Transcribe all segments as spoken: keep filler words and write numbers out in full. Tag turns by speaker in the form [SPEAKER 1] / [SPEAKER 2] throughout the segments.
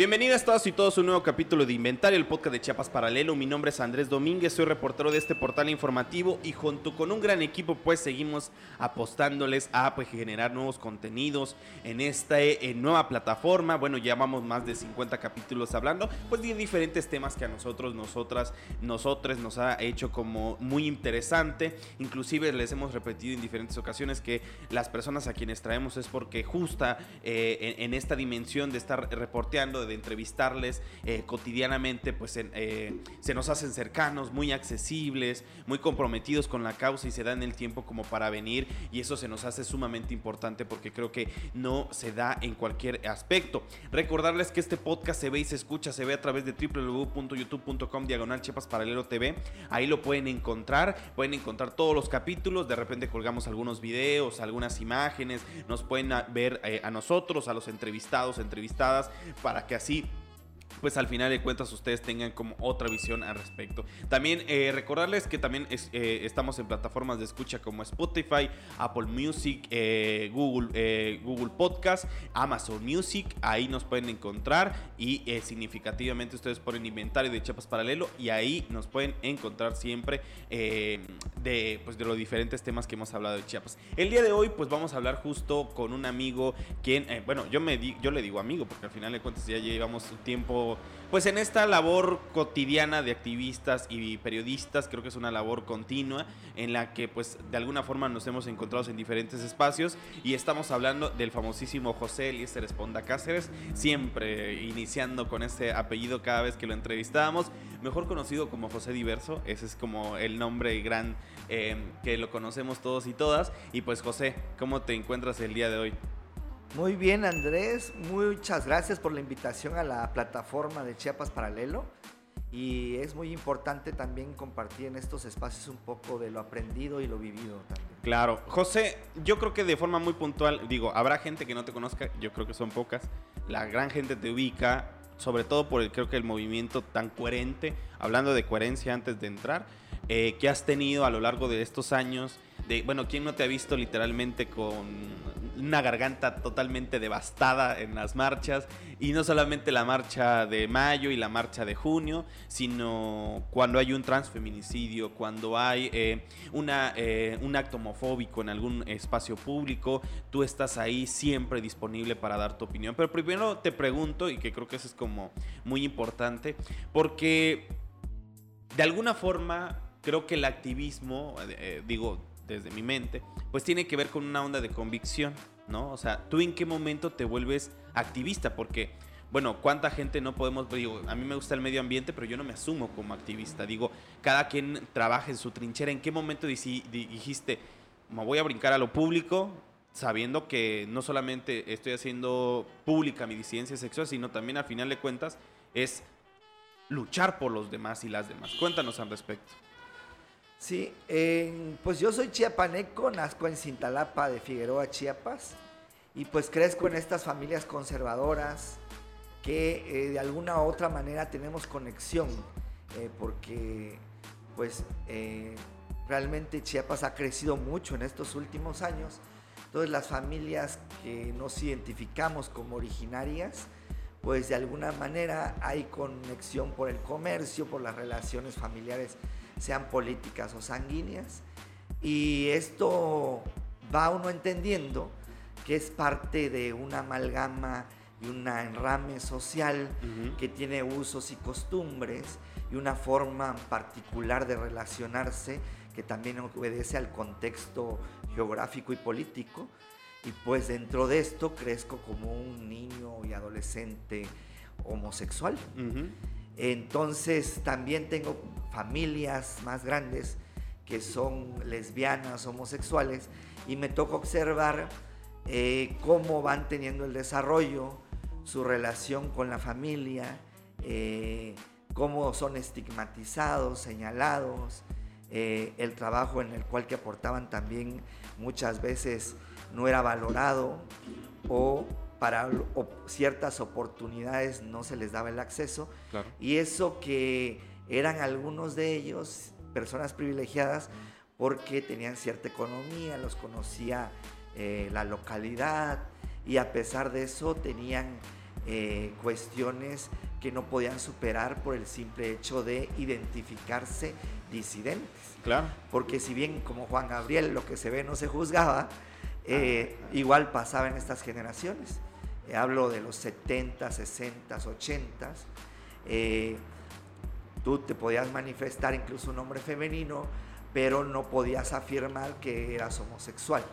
[SPEAKER 1] Bienvenidas todas y todos a un nuevo capítulo de Inventario, el podcast de Chiapas Paralelo. Mi nombre es Andrés Domínguez, soy reportero de este portal informativo y junto con un gran equipo pues seguimos apostándoles a pues, generar nuevos contenidos en esta eh, nueva plataforma. Bueno, ya vamos más de cincuenta capítulos hablando pues de diferentes temas que a nosotros, nosotras, nosotres nos ha hecho como muy interesante. Inclusive les hemos repetido en diferentes ocasiones que las personas a quienes traemos es porque justa eh, en, en esta dimensión de estar reporteando, de entrevistarles eh, cotidianamente, pues en, eh, se nos hacen cercanos, muy accesibles, muy comprometidos con la causa y se dan el tiempo como para venir, y eso se nos hace sumamente importante porque creo que no se da en cualquier aspecto. Recordarles que este podcast se ve y se escucha, se ve a través de doble u doble u doble u punto youtube punto com diagonal Chiapas Paralelo T V. Ahí lo pueden encontrar, pueden encontrar todos los capítulos, de repente colgamos algunos videos, algunas imágenes, nos pueden ver eh, a nosotros, a los entrevistados, entrevistadas, para que así pues al final de cuentas ustedes tengan como otra visión al respecto. También eh, recordarles que también es, eh, estamos en plataformas de escucha como Spotify, Apple Music, eh, Google, eh, Google Podcast, Amazon Music. Ahí nos pueden encontrar y eh, significativamente ustedes ponen Inventario de Chiapas Paralelo y ahí nos pueden encontrar siempre eh, de, pues, de los diferentes temas que hemos hablado de Chiapas. El día de hoy pues vamos a hablar justo con un amigo quien, eh, bueno, yo, me di, yo le digo amigo porque al final de cuentas ya llevamos un tiempo pues en esta labor cotidiana de activistas y periodistas. Creo que es una labor continua en la que pues de alguna forma nos hemos encontrado en diferentes espacios y estamos hablando del famosísimo José Eliezer Esponda Cáceres, siempre iniciando con ese apellido cada vez que lo entrevistábamos, mejor conocido como José Diverso. Ese es como el nombre gran eh, que lo conocemos todos y todas. Y pues José, ¿cómo te encuentras el día de hoy?
[SPEAKER 2] Muy bien, Andrés, muchas gracias por la invitación a la plataforma de Chiapas Paralelo, y es muy importante también compartir en estos espacios un poco de lo aprendido y lo vivido también.
[SPEAKER 1] Claro, José, yo creo que de forma muy puntual, digo, habrá gente que no te conozca, yo creo que son pocas, la gran gente te ubica, sobre todo por el, creo que el movimiento tan coherente, hablando de coherencia antes de entrar, eh, que has tenido a lo largo de estos años. De, bueno, ¿quién no te ha visto literalmente con una garganta totalmente devastada en las marchas? Y no solamente la marcha de mayo y la marcha de junio, sino cuando hay un transfeminicidio, cuando hay eh, una, eh, un acto homofóbico en algún espacio público, tú estás ahí siempre disponible para dar tu opinión. Pero primero te pregunto, y que creo que eso es como muy importante, porque de alguna forma creo que el activismo, eh, digo, desde mi mente, pues tiene que ver con una onda de convicción, ¿no? O sea, ¿tú en qué momento te vuelves activista? Porque, bueno, ¿cuánta gente no podemos...? Digo, a mí me gusta el medio ambiente, pero yo no me asumo como activista. Digo, cada quien trabaja en su trinchera. ¿En qué momento dijiste, me voy a brincar a lo público, sabiendo que no solamente estoy haciendo pública mi disidencia sexual, sino también, al final de cuentas, es luchar por los demás y las demás? Cuéntanos al respecto.
[SPEAKER 2] Sí, eh, pues yo soy chiapaneco, nazco en Cintalapa de Figueroa, Chiapas, y pues crezco en estas familias conservadoras que eh, de alguna u otra manera tenemos conexión, eh, porque pues eh, realmente Chiapas ha crecido mucho en estos últimos años. Entonces las familias que nos identificamos como originarias, pues de alguna manera hay conexión por el comercio, por las relaciones familiares, sean políticas o sanguíneas, y esto va uno entendiendo que es parte de una amalgama y un enrame social uh-huh. que tiene usos y costumbres y una forma particular de relacionarse que también obedece al contexto geográfico y político, y pues dentro de esto crezco como un niño y adolescente homosexual. Uh-huh. Entonces también tengo familias más grandes que son lesbianas, homosexuales, y me toca observar eh, cómo van teniendo el desarrollo, su relación con la familia, eh, cómo son estigmatizados, señalados, eh, el trabajo en el cual que aportaban también muchas veces no era valorado, o para o ciertas oportunidades no se les daba el acceso. Claro. Y eso que eran algunos de ellos personas privilegiadas porque tenían cierta economía, los conocía eh, la localidad, y a pesar de eso tenían eh, cuestiones que no podían superar por el simple hecho de identificarse disidentes.
[SPEAKER 1] Claro.
[SPEAKER 2] Porque si bien como Juan Gabriel lo que se ve no se juzgaba, eh, igual pasaba en estas generaciones. Eh, hablo de los setenta, sesenta, ochenta. Eh, tú te podías manifestar incluso un hombre femenino, pero no podías afirmar que eras homosexual.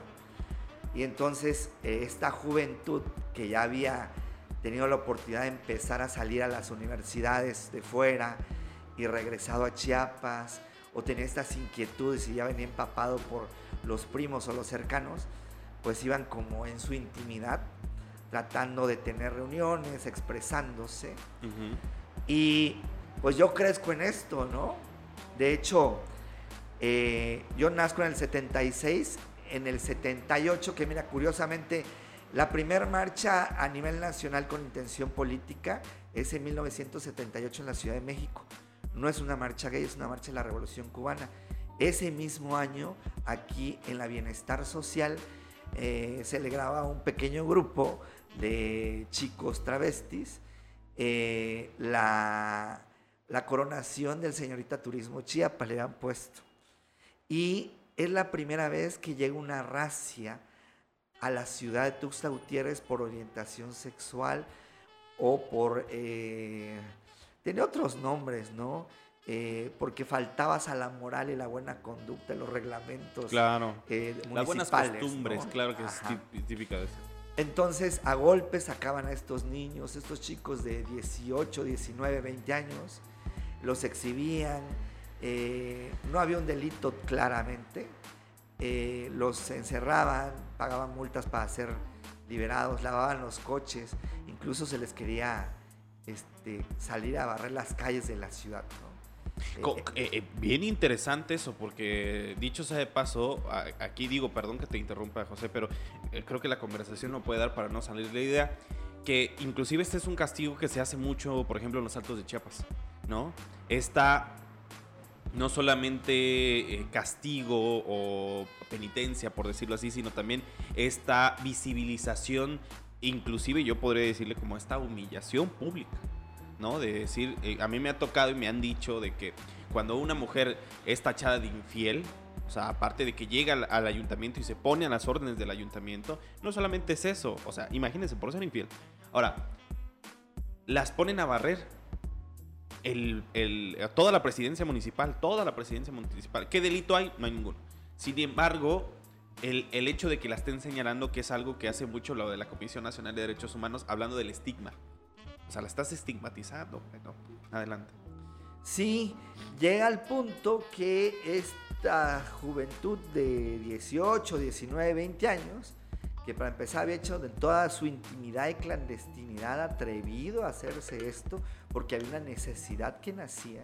[SPEAKER 2] Y entonces eh, esta juventud que ya había tenido la oportunidad de empezar a salir a las universidades de fuera y regresado a Chiapas, o tenía estas inquietudes y ya venía empapado por los primos o los cercanos, pues iban como en su intimidad, tratando de tener reuniones, expresándose. Uh-huh. Y pues yo crezco en esto, ¿no? De hecho, eh, yo nazco en el setenta y seis, en el setenta y ocho, que mira, curiosamente, la primera marcha a nivel nacional con intención política es en mil novecientos setenta y ocho en la Ciudad de México. No es una marcha gay, es una marcha de la Revolución Cubana. Ese mismo año, aquí en la Bienestar Social, eh, se le graba a un pequeño grupo de chicos travestis eh, la, la coronación del señorita Turismo Chiapas, le han puesto. Y es la primera vez que llega una racia a la ciudad de Tuxtla Gutiérrez por orientación sexual o por... Eh, tiene otros nombres, ¿no? Eh, porque faltabas a la moral y la buena conducta, los reglamentos
[SPEAKER 1] claro.
[SPEAKER 2] eh, municipales.
[SPEAKER 1] Las buenas costumbres,
[SPEAKER 2] ¿no?
[SPEAKER 1] Claro que
[SPEAKER 2] Ajá.
[SPEAKER 1] es típica de eso.
[SPEAKER 2] Entonces, a golpes sacaban a estos niños, estos chicos de dieciocho, diecinueve, veinte años, los exhibían, eh, no había un delito claramente, eh, los encerraban, pagaban multas para ser liberados, lavaban los coches, incluso se les quería este, salir a barrer las calles de la ciudad, ¿no?
[SPEAKER 1] Eh, eh, bien interesante eso, porque dicho sea de paso, aquí digo, perdón que te interrumpa, José, pero creo que la conversación no puede dar para no salir de la idea que inclusive este es un castigo que se hace mucho, por ejemplo, en los Altos de Chiapas, ¿no? Esta no solamente eh, castigo o penitencia, por decirlo así, sino también esta visibilización, inclusive yo podría decirle como esta humillación pública, ¿no? De decir, eh, a mí me ha tocado y me han dicho de que cuando una mujer es tachada de infiel, o sea, aparte de que llega al, al ayuntamiento y se pone a las órdenes del ayuntamiento, no solamente es eso, o sea, imagínense, por ser infiel. Ahora, las ponen a barrer el, el, toda la presidencia municipal, toda la presidencia municipal. ¿Qué delito hay? No hay ninguno. Sin embargo, el, el hecho de que la estén señalando, que es algo que hace mucho lo de la Comisión Nacional de Derechos Humanos, hablando del estigma. O sea, la estás estigmatizando. Bueno, adelante.
[SPEAKER 2] Sí, llega al punto que esta juventud de dieciocho, diecinueve, veinte años, que para empezar había hecho de toda su intimidad y clandestinidad atrevido a hacerse esto, porque había una necesidad que nacía,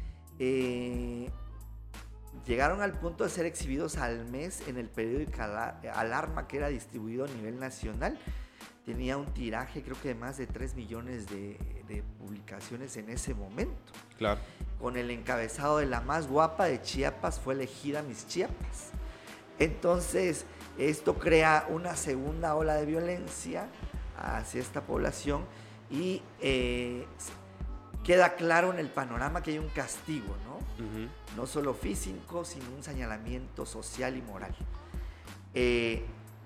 [SPEAKER 2] eh, llegaron al punto de ser exhibidos al mes en el periódico Alarma, que era distribuido a nivel nacional. Tenía un tiraje, creo que de más de tres millones de, de publicaciones en ese momento.
[SPEAKER 1] Claro.
[SPEAKER 2] Con el encabezado de la más guapa de Chiapas fue elegida Miss Chiapas. Entonces, esto crea una segunda ola de violencia hacia esta población y eh, queda claro en el panorama que hay un castigo, ¿no? Uh-huh. No solo físico, sino un señalamiento social y moral. Eh,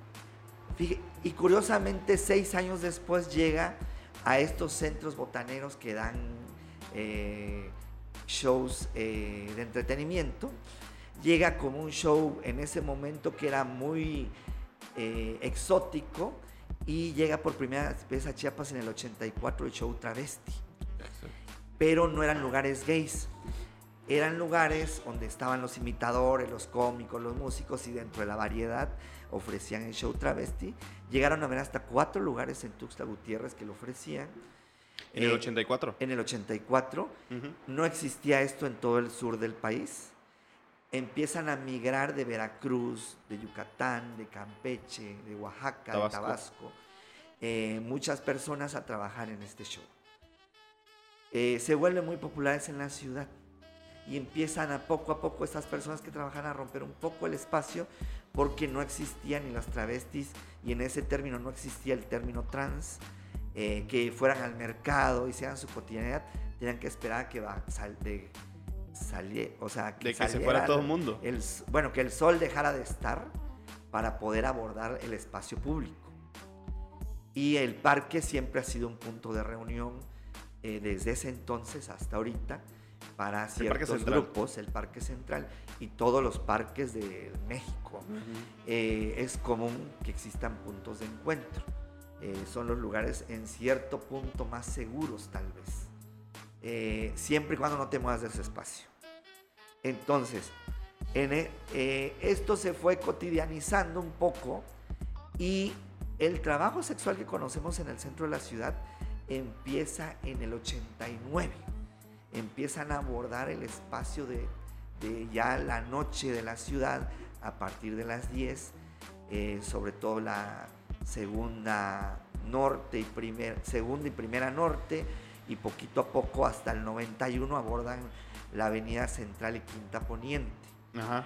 [SPEAKER 2] Y curiosamente, seis años después llega a estos centros botaneros que dan eh, shows eh, de entretenimiento. Llega como un show en ese momento que era muy eh, exótico y llega por primera vez a Chiapas en el ochenta y cuatro el show Travesti. Pero no eran lugares gays. Eran lugares donde estaban los imitadores, los cómicos, los músicos, y dentro de la variedad ofrecían el show travesti. Llegaron a ver hasta cuatro lugares en Tuxtla Gutiérrez que lo ofrecían.
[SPEAKER 1] ¿En eh, el ochenta y cuatro?
[SPEAKER 2] En el ochenta y cuatro. Uh-huh. No existía esto en todo el sur del país. Empiezan a migrar de Veracruz, de Yucatán, de Campeche, de Oaxaca, Tabasco. de Tabasco. Eh, muchas personas a trabajar en este show. Eh, se vuelven muy populares en la ciudad. Y empiezan a poco a poco estas personas que trabajan a romper un poco el espacio, porque no existían ni las travestis, y en ese término no existía el término trans, eh, que fueran al mercado, hicieran su cotidianidad, tenían que esperar a que va, sal, de, salie, o sea, que,
[SPEAKER 1] de que se fuera todo el mundo.
[SPEAKER 2] El, bueno, que el sol dejara de estar para poder abordar el espacio público. Y el parque siempre ha sido un punto de reunión eh, desde ese entonces hasta ahorita para ciertos grupos, el Parque Central y todos los parques de México. Uh-huh. Eh, es común que existan puntos de encuentro. Eh, son los lugares en cierto punto más seguros tal vez, eh, siempre y cuando no te muevas de ese espacio. Entonces, en, eh, esto se fue cotidianizando un poco y el trabajo sexual que conocemos en el centro de la ciudad empieza en el ochenta y nueve. Empiezan a abordar el espacio de, de ya la noche de la ciudad a partir de las diez, eh, sobre todo la segunda norte y primer, segunda y primera norte, y poquito a poco hasta el noventa y uno abordan la avenida Central y Quinta Poniente.
[SPEAKER 1] Ajá.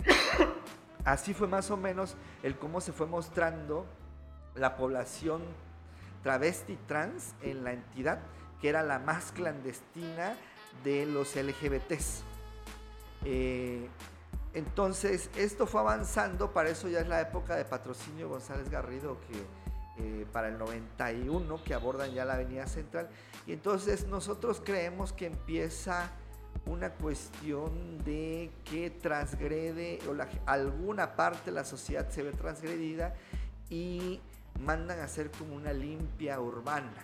[SPEAKER 2] Así fue más o menos el cómo se fue mostrando la población travesti trans en la entidad, que era la más clandestina de los L G B Ts. Eh, entonces, esto fue avanzando, para eso ya es la época de Patrocinio González Garrido, que eh, para el noventa y uno, que abordan ya la avenida Central, y entonces nosotros creemos que empieza una cuestión de que transgrede, o la, alguna parte de la sociedad se ve transgredida, y mandan a hacer como una limpia urbana.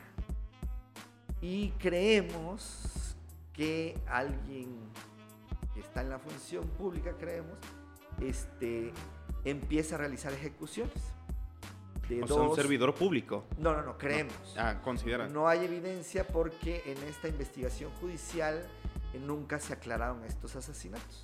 [SPEAKER 2] Y creemos que alguien que está en la función pública, creemos, este, empieza a realizar ejecuciones. De
[SPEAKER 1] o
[SPEAKER 2] dos,
[SPEAKER 1] sea, un servidor público.
[SPEAKER 2] No, no, no, creemos.
[SPEAKER 1] No. Ah, consideran.
[SPEAKER 2] No hay evidencia porque en esta investigación judicial eh, nunca se aclararon estos asesinatos.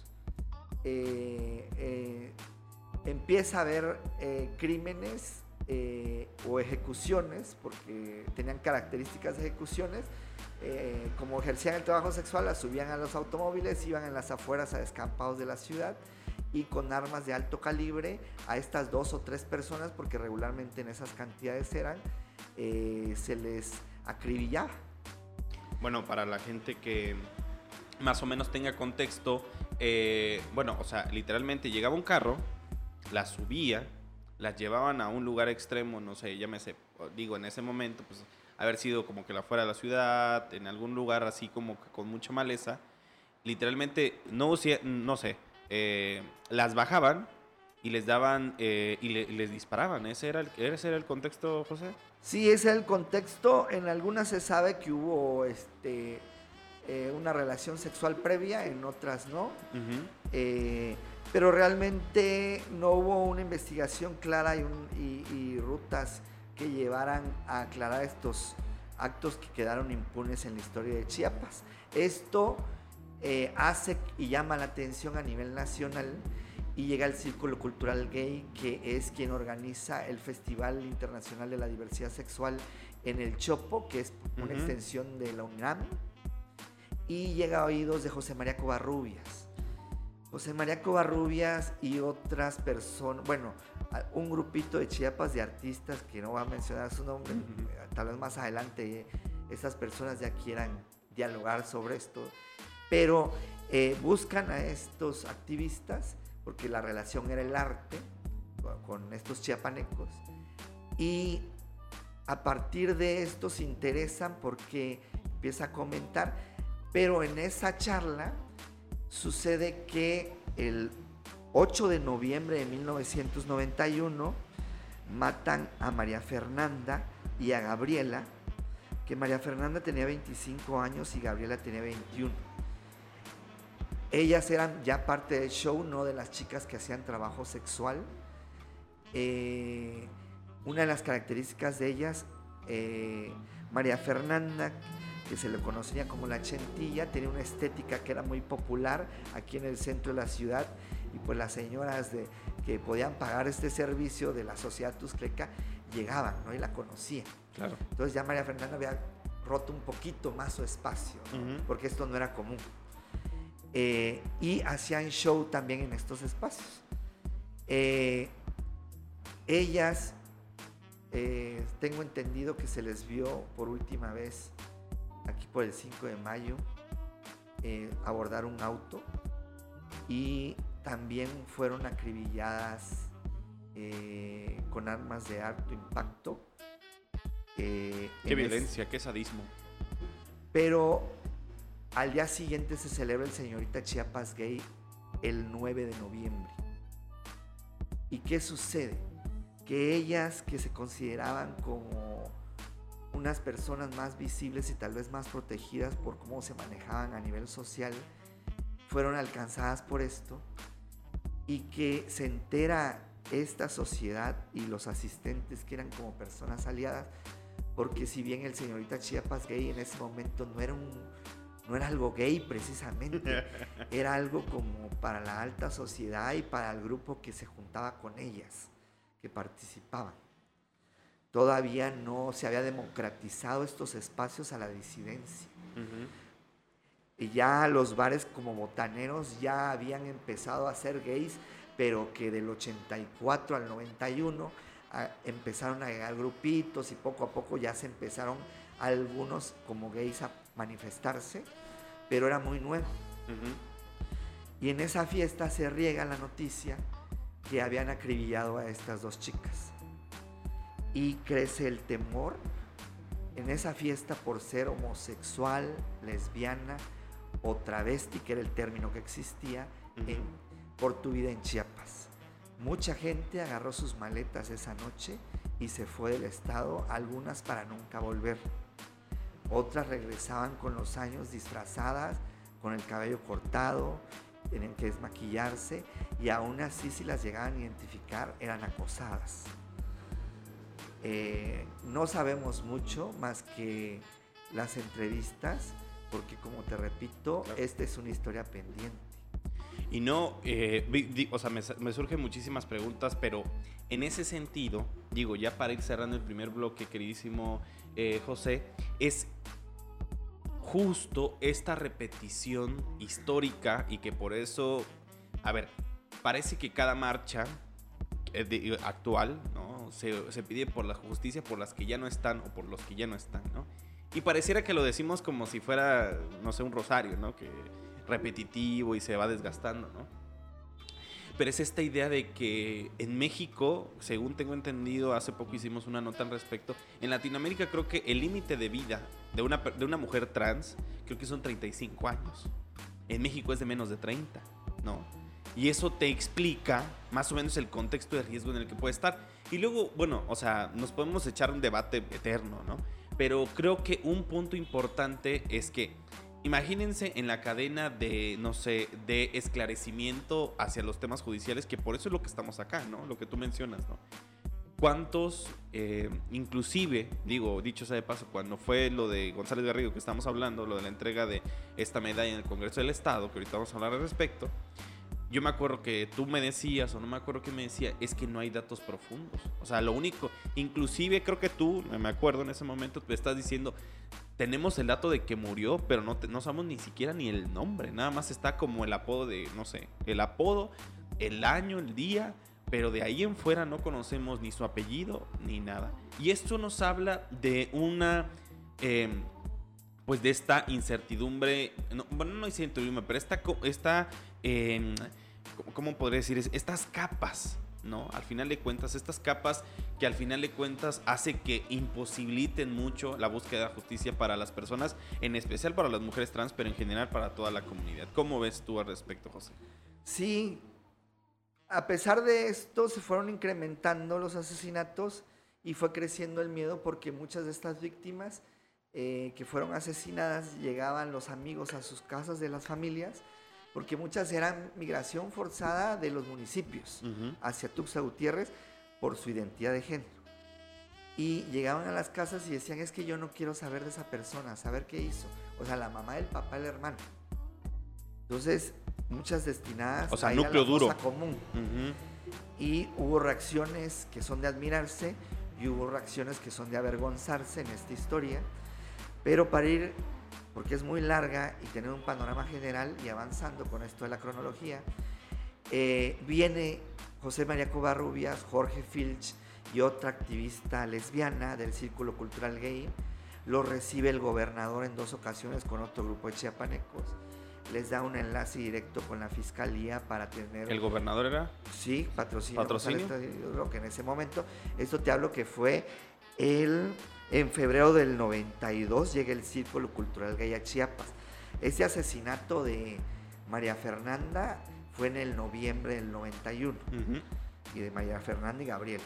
[SPEAKER 2] Eh, eh, empieza a haber eh, crímenes Eh, o ejecuciones, porque tenían características de ejecuciones, eh, como ejercían el trabajo sexual, las subían a los automóviles, iban en las afueras a descampados de la ciudad y con armas de alto calibre a estas dos o tres personas, porque regularmente en esas cantidades eran, eh, se les acribillaba.
[SPEAKER 1] Bueno, para la gente que más o menos tenga contexto, eh, bueno, o sea, literalmente llegaba un carro, la subía, las llevaban a un lugar extremo, no sé, llámese, digo, en ese momento, pues, haber sido como que la fuera de la ciudad, en algún lugar así como que con mucha maleza, literalmente, no, no sé, eh, las bajaban y les daban, eh, y, le, y les disparaban. ¿Ese era, el, ¿Ese era el contexto, José?
[SPEAKER 2] Sí, ese es el contexto. En algunas se sabe que hubo este, eh, una relación sexual previa, en otras no. Uh-huh. Eh, pero realmente no hubo una investigación clara y, un, y, y rutas que llevaran a aclarar estos actos que quedaron impunes en la historia de Chiapas. Esto eh, hace y llama la atención a nivel nacional, y llega el Círculo Cultural Gay, que es quien organiza el Festival Internacional de la Diversidad Sexual en el Chopo, que es una uh-huh. extensión de la UNAM, y llega a oídos de José María Covarrubias. José María Covarrubias y otras personas, bueno, un grupito de Chiapas de artistas que no voy a mencionar su nombre, uh-huh. tal vez más adelante esas personas ya quieran dialogar sobre esto, pero eh, buscan a estos activistas porque la relación era el arte con estos chiapanecos, y a partir de esto se interesan porque empieza a comentar, pero en esa charla sucede que el ocho de noviembre de mil novecientos noventa y uno matan a María Fernanda y a Gabriela, que María Fernanda tenía veinticinco años y Gabriela tenía veintiuno. Ellas eran ya parte del show, no de las chicas que hacían trabajo sexual. Eh, una de las características de ellas, eh, María Fernanda, que se le conocía como la Chentilla, tenía una estética que era muy popular aquí en el centro de la ciudad, y pues las señoras de, que podían pagar este servicio de la sociedad tuzcleca llegaban, ¿no? Y la conocían.
[SPEAKER 1] Claro.
[SPEAKER 2] Entonces ya María Fernanda había roto un poquito más su espacio, ¿no? Uh-huh. Porque esto no era común. Eh, y hacían show también en estos espacios. Eh, ellas eh, tengo entendido que se les vio por última vez aquí por el cinco de mayo eh, abordar un auto, y también fueron acribilladas eh, con armas de alto impacto.
[SPEAKER 1] Eh, qué violencia, es... qué sadismo.
[SPEAKER 2] Pero al día siguiente se celebra el Señorita Chiapas Gay el nueve de noviembre. ¿Y qué sucede? Que ellas, que se consideraban como unas personas más visibles y tal vez más protegidas por cómo se manejaban a nivel social, fueron alcanzadas por esto, y que se entera esta sociedad y los asistentes, que eran como personas aliadas, porque si bien el Señorita Chiapas Gay en ese momento no era un no era algo gay precisamente, era algo como para la alta sociedad y para el grupo que se juntaba con ellas, que participaban. Todavía no se había democratizado estos espacios a la disidencia. Uh-huh. Y ya los bares como botaneros ya habían empezado a ser gays, pero que del ochenta y cuatro al noventa y uno a, empezaron a llegar grupitos, y poco a poco ya se empezaron algunos como gays a manifestarse, pero era muy nuevo. Uh-huh. Y en esa fiesta se riega la noticia que habían acribillado a estas dos chicas, y crece el temor en esa fiesta por ser homosexual, lesbiana o travesti, que era el término que existía, uh-huh, en, por tu vida en Chiapas. Mucha gente agarró sus maletas esa noche y se fue del estado, algunas para nunca volver. Otras regresaban con los años disfrazadas, con el cabello cortado, tienen que desmaquillarse, y aún así, si las llegaban a identificar, eran acosadas. Eh, no sabemos mucho más que las entrevistas, porque como te repito, claro, esta es una historia pendiente.
[SPEAKER 1] Y no, eh, o sea, me, me surgen muchísimas preguntas, pero en ese sentido, digo, ya para ir cerrando el primer bloque, queridísimo eh, José, es justo esta repetición histórica, y que por eso, a ver, parece que cada marcha eh, de, actual, ¿no? se, se pide por la justicia por las que ya no están o por los que ya no están, ¿no? Y pareciera que lo decimos como si fuera, no sé, un rosario, ¿no? Que repetitivo y se va desgastando, ¿no? Pero es esta idea de que en México, según tengo entendido, hace poco hicimos una nota al respecto, en Latinoamérica creo que el límite de vida de una, de una mujer trans, creo que son treinta y cinco años. En México es de menos de treinta, ¿no? Y eso te explica más o menos el contexto de riesgo en el que puede estar. Y luego, bueno, o sea, nos podemos echar un debate eterno, ¿no? Pero creo que un punto importante es que imagínense en la cadena de, no sé, de esclarecimiento hacia los temas judiciales, que por eso es lo que estamos acá, ¿no? Lo que tú mencionas, ¿no? ¿Cuántos, eh, inclusive, digo, dicho sea de paso, cuando fue lo de González Garrido que estamos hablando, lo de la entrega de esta medalla en el Congreso del Estado, que ahorita vamos a hablar al respecto, yo me acuerdo que tú me decías, o no me acuerdo que me decía, es que no hay datos profundos. O sea, lo único, inclusive creo que tú, me acuerdo en ese momento, tú estás diciendo, tenemos el dato de que murió, pero no, te, no sabemos ni siquiera ni el nombre. Nada más está como el apodo de, no sé, el apodo, el año, el día, pero de ahí en fuera no conocemos ni su apellido ni nada. Y esto nos habla de una, eh, pues de esta incertidumbre, no, bueno, no incertidumbre, pero esta, esta eh, ¿cómo podría decir? Estas capas, ¿no? Al final de cuentas, estas capas que al final de cuentas hace que imposibiliten mucho la búsqueda de justicia para las personas, en especial para las mujeres trans, pero en general para toda la comunidad. ¿Cómo ves tú al respecto, José?
[SPEAKER 2] Sí, a pesar de esto se fueron incrementando los asesinatos y fue creciendo el miedo, porque muchas de estas víctimas eh, que fueron asesinadas llegaban los amigos a sus casas de las familias, porque muchas eran migración forzada de los municipios uh-huh. hacia Tuxtla Gutiérrez por su identidad de género. Y llegaban a las casas y decían, es que yo no quiero saber de esa persona, saber qué hizo. O sea, la mamá, el papá, el hermano. Entonces, muchas destinadas
[SPEAKER 1] o sea,
[SPEAKER 2] a
[SPEAKER 1] núcleo
[SPEAKER 2] ir a la
[SPEAKER 1] duro.
[SPEAKER 2] fosa común. Uh-huh. Y hubo reacciones que son de admirarse y hubo reacciones que son de avergonzarse en esta historia. Pero para ir, porque es muy larga y tener un panorama general y avanzando con esto de la cronología, eh, viene José María Covarrubias, Jorge Filch y otra activista lesbiana del Círculo Cultural Gay. Lo recibe el gobernador en dos ocasiones con otro grupo de chiapanecos. Les da un enlace directo con la fiscalía para tener...
[SPEAKER 1] ¿El gobernador era?
[SPEAKER 2] Sí, patrocinio.
[SPEAKER 1] ¿Patrocinio?
[SPEAKER 2] Yo creo que en ese momento, esto te hablo que fue el, en febrero del noventa y dos, llega el Círculo Cultural Gay a Chiapas. Este asesinato de María Fernanda fue en el noviembre del noventa y uno, uh-huh. y de María Fernanda y Gabriel.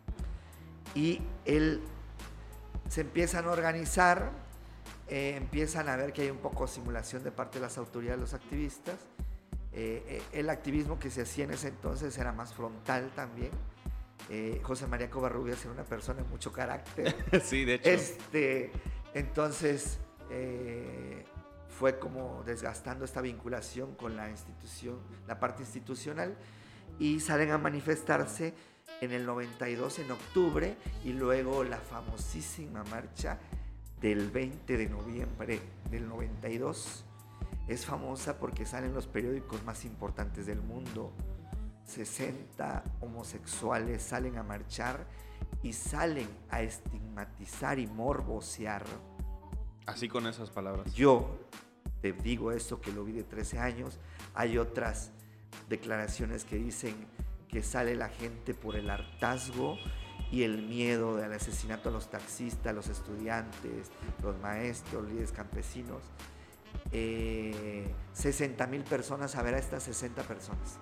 [SPEAKER 2] Y él... se empiezan a organizar, eh, empiezan a ver que hay un poco de simulación de parte de las autoridades de los activistas. Eh, eh, el activismo que se hacía en ese entonces era más frontal también. Eh, José María Covarrubias era una persona de mucho carácter.
[SPEAKER 1] Sí, de hecho.
[SPEAKER 2] Este, entonces eh, fue como desgastando esta vinculación con la institución, la parte institucional, y salen a manifestarse en el noventa y dos, en octubre, y luego la famosísima marcha del veinte de noviembre del noventa y dos. Es famosa porque salen los periódicos más importantes del mundo. sesenta homosexuales salen a marchar y salen a estigmatizar y morbosear.
[SPEAKER 1] Así con esas palabras.
[SPEAKER 2] Yo te digo esto que lo vi de trece años. Hay otras declaraciones que dicen que sale la gente por el hartazgo y el miedo del asesinato a los taxistas, los estudiantes, los maestros, líderes campesinos. Eh, sesenta mil personas a ver a estas sesenta personas.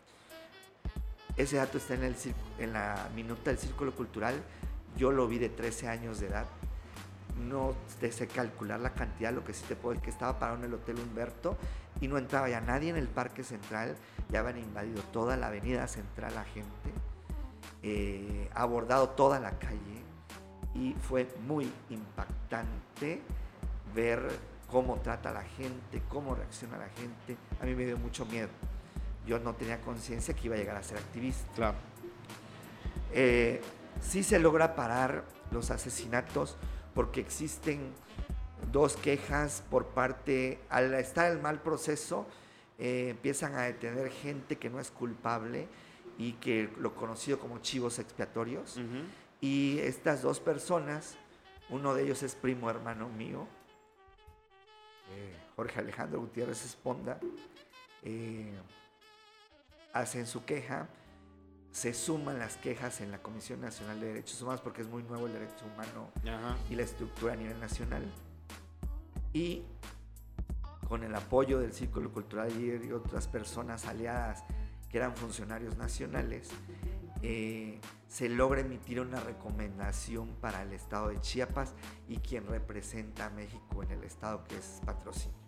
[SPEAKER 2] Ese dato está en, el, en la minuta del Círculo Cultural. Yo lo vi de trece años de edad. No te sé calcular la cantidad, lo que sí te puedo decir que estaba parado en el Hotel Humberto y no entraba ya nadie en el Parque Central. Ya habían invadido toda la avenida central la gente, eh, abordado toda la calle, y fue muy impactante ver cómo trata a la gente, cómo reacciona la gente. A mí me dio mucho miedo. Yo no tenía conciencia que iba a llegar a ser activista.
[SPEAKER 1] Claro.
[SPEAKER 2] Eh, sí se logra parar los asesinatos porque existen dos quejas por parte, al estar el mal proceso, eh, empiezan a detener gente que no es culpable y que lo conocido como chivos expiatorios. Uh-huh. Y estas dos personas, uno de ellos es primo hermano mío, eh, Jorge Alejandro Gutiérrez Esponda, eh, hacen su queja, se suman las quejas en la Comisión Nacional de Derechos Humanos porque es muy nuevo el derecho humano. Ajá. Y la estructura a nivel nacional. Y con el apoyo del Círculo Cultural y otras personas aliadas que eran funcionarios nacionales, eh, se logra emitir una recomendación para el estado de Chiapas y quien representa a México en el estado, que es Patrocinio.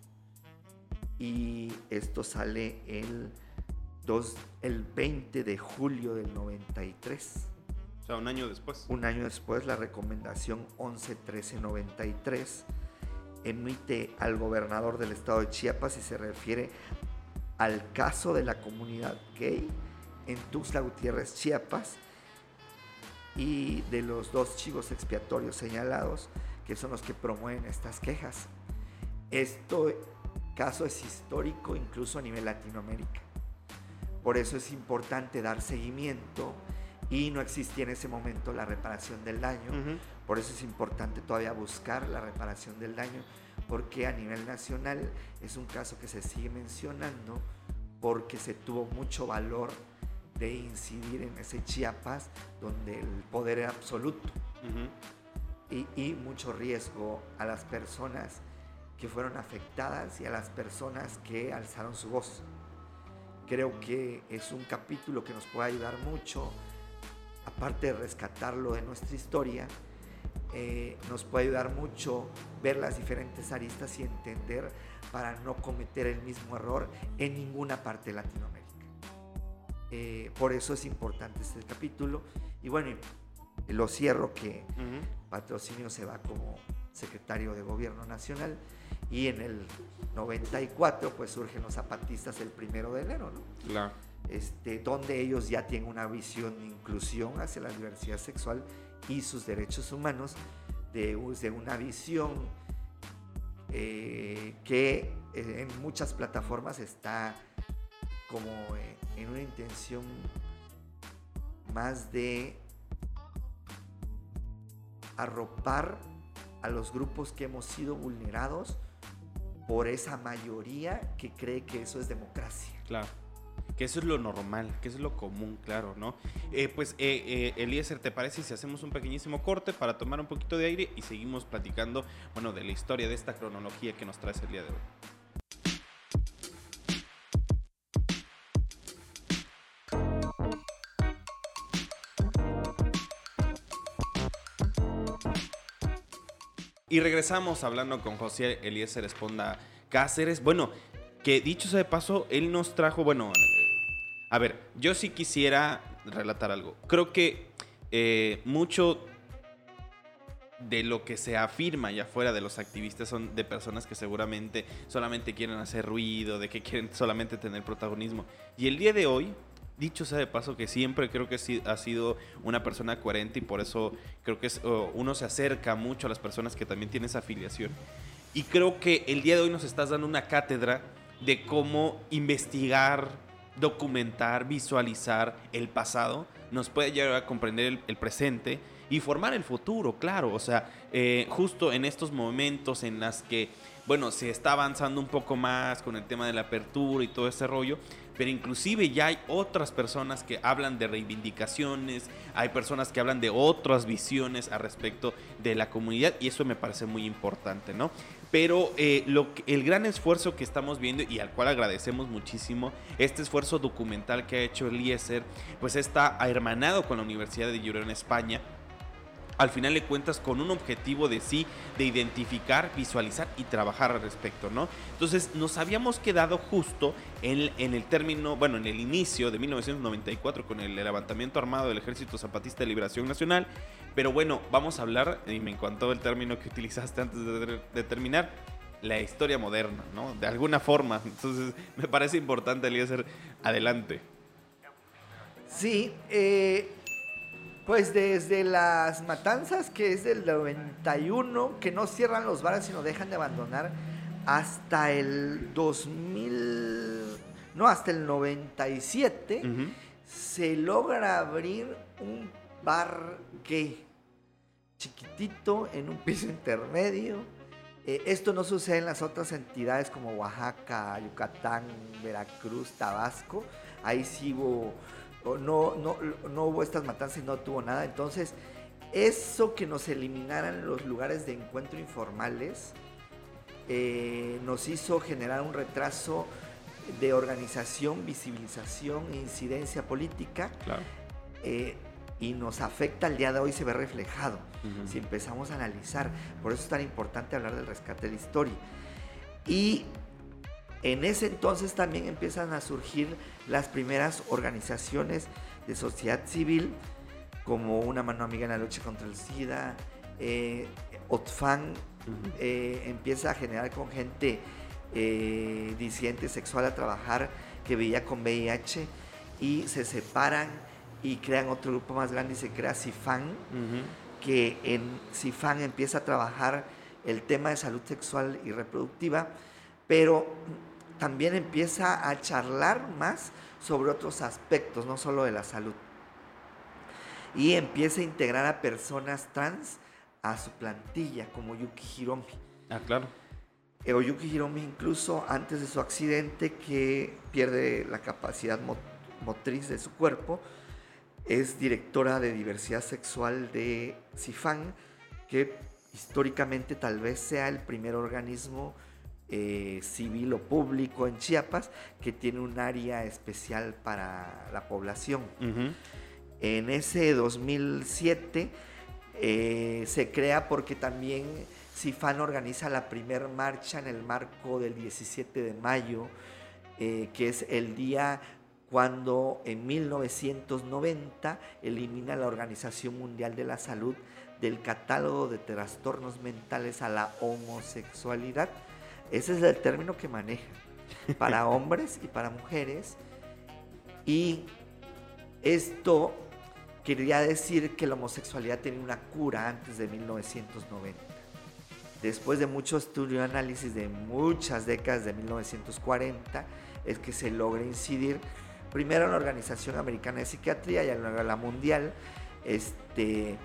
[SPEAKER 2] Y esto sale el Dos, el veinte de julio del noventa y tres.
[SPEAKER 1] O sea, un año después.
[SPEAKER 2] Un año después, la recomendación once trece noventa y tres emite al gobernador del estado de Chiapas y se refiere al caso de la comunidad gay en Tuxtla Gutiérrez, Chiapas, y de los dos chivos expiatorios señalados, que son los que promueven estas quejas. Este caso es histórico incluso a nivel Latinoamérica. Por eso es importante dar seguimiento, y no existía en ese momento la reparación del daño. Uh-huh. Por eso es importante todavía buscar la reparación del daño, porque a nivel nacional es un caso que se sigue mencionando porque se tuvo mucho valor de incidir en ese Chiapas donde el poder era absoluto. Uh-huh. y, y mucho riesgo a las personas que fueron afectadas y a las personas que alzaron su voz. Creo que es un capítulo que nos puede ayudar mucho, aparte de rescatarlo de nuestra historia, eh, nos puede ayudar mucho ver las diferentes aristas y entender para no cometer el mismo error en ninguna parte de Latinoamérica. Eh, por eso es importante este capítulo. Y bueno, lo cierro que uh-huh. Patrocinio se va como secretario de Gobierno Nacional, y en el noventa y cuatro pues surgen los zapatistas el primero de enero, ¿no?
[SPEAKER 1] Claro.
[SPEAKER 2] Este, donde ellos ya tienen una visión de inclusión hacia la diversidad sexual y sus derechos humanos, de, de una visión eh, que eh, en muchas plataformas está como eh, en una intención más de arropar a los grupos que hemos sido vulnerados por esa mayoría que cree que eso es democracia.
[SPEAKER 1] Claro. Que eso es lo normal, que eso es lo común, claro, ¿no? Eh, pues, eh, eh, Eliezer, ¿te parece si hacemos un pequeñísimo corte para tomar un poquito de aire y seguimos platicando, bueno, de la historia de esta cronología que nos traes el día de hoy? Y regresamos hablando con José Eliezer Esponda Cáceres. Bueno, que dicho sea de paso, él nos trajo, bueno, a ver, yo sí quisiera relatar algo. Creo que eh, mucho de lo que se afirma allá afuera de los activistas son de personas que seguramente solamente quieren hacer ruido, de que quieren solamente tener protagonismo. Y el día de hoy, dicho sea de paso, que siempre creo que sí ha sido una persona coherente y por eso creo que es, oh, uno se acerca mucho a las personas que también tienen esa afiliación. Y creo que el día de hoy nos estás dando una cátedra de cómo investigar, documentar, visualizar el pasado, nos puede llevar a comprender el, el presente y formar el futuro, claro. O sea, eh, justo en estos momentos en las que, bueno, se está avanzando un poco más con el tema de la apertura y todo ese rollo, pero inclusive ya hay otras personas que hablan de reivindicaciones, hay personas que hablan de otras visiones al respecto de la comunidad y eso me parece muy importante, ¿no? Pero eh, lo que, el gran esfuerzo que estamos viendo y al cual agradecemos muchísimo, este esfuerzo documental que ha hecho Eliezer, pues está hermanado con la Universidad de Girona, España. Al final de cuentas con un objetivo de sí, de identificar, visualizar y trabajar al respecto, ¿no? Entonces nos habíamos quedado justo en, en el término, bueno, en el inicio de mil novecientos noventa y cuatro con el levantamiento armado del Ejército Zapatista de Liberación Nacional, pero bueno, vamos a hablar, y me encantó el término que utilizaste antes de, de terminar, la historia moderna, ¿no? De alguna forma, entonces me parece importante, Eliezer, adelante.
[SPEAKER 2] Sí, eh... Pues desde las matanzas, que es del noventa y uno, que no cierran los bares sino dejan de abandonar, hasta el dos mil, no, hasta el noventa y siete, uh-huh. se logra abrir un bar gay, chiquitito, en un piso intermedio. Eh, esto no sucede en las otras entidades como Oaxaca, Yucatán, Veracruz, Tabasco. Ahí sí hubo... No, no, no hubo estas matanzas y no tuvo nada. Entonces, eso que nos eliminaran los lugares de encuentro informales eh, nos hizo generar un retraso de organización, visibilización e incidencia política.
[SPEAKER 1] Claro.
[SPEAKER 2] Eh, y nos afecta al día de hoy, se ve reflejado. Uh-huh. Si empezamos a analizar, por eso es tan importante hablar del rescate de la historia. Y en ese entonces también empiezan a surgir las primeras organizaciones de sociedad civil, como Una Mano Amiga en la Lucha contra el SIDA, eh, OTFAN, uh-huh. eh, empieza a generar con gente eh, disidente sexual a trabajar que veía con V I H y se separan y crean otro grupo más grande y se crea CIFAN, uh-huh. que en CIFAN empieza a trabajar el tema de salud sexual y reproductiva, pero también empieza a charlar más sobre otros aspectos, no solo de la salud. Y empieza a integrar a personas trans a su plantilla, como Yuki Hiromi.
[SPEAKER 1] Ah, claro.
[SPEAKER 2] Eh, o Yuki Hiromi, incluso antes de su accidente, que pierde la capacidad mot- motriz de su cuerpo, es directora de diversidad sexual de CIFAN, que históricamente tal vez sea el primer organismo Eh, civil o público en Chiapas que tiene un área especial para la población. Uh-huh. En ese dos mil siete eh, se crea porque también CIFAN organiza la primer marcha en el marco del diecisiete de mayo, eh, que es el día cuando en mil novecientos noventa elimina la Organización Mundial de la Salud del catálogo de trastornos mentales a la homosexualidad. Ese es el término que maneja para hombres y para mujeres. Y esto quería decir que la homosexualidad tenía una cura antes de mil novecientos noventa. Después de mucho estudio y análisis de muchas décadas de mil novecientos cuarenta, es que se logra incidir primero en la Organización Americana de Psiquiatría y luego en la Mundial, este,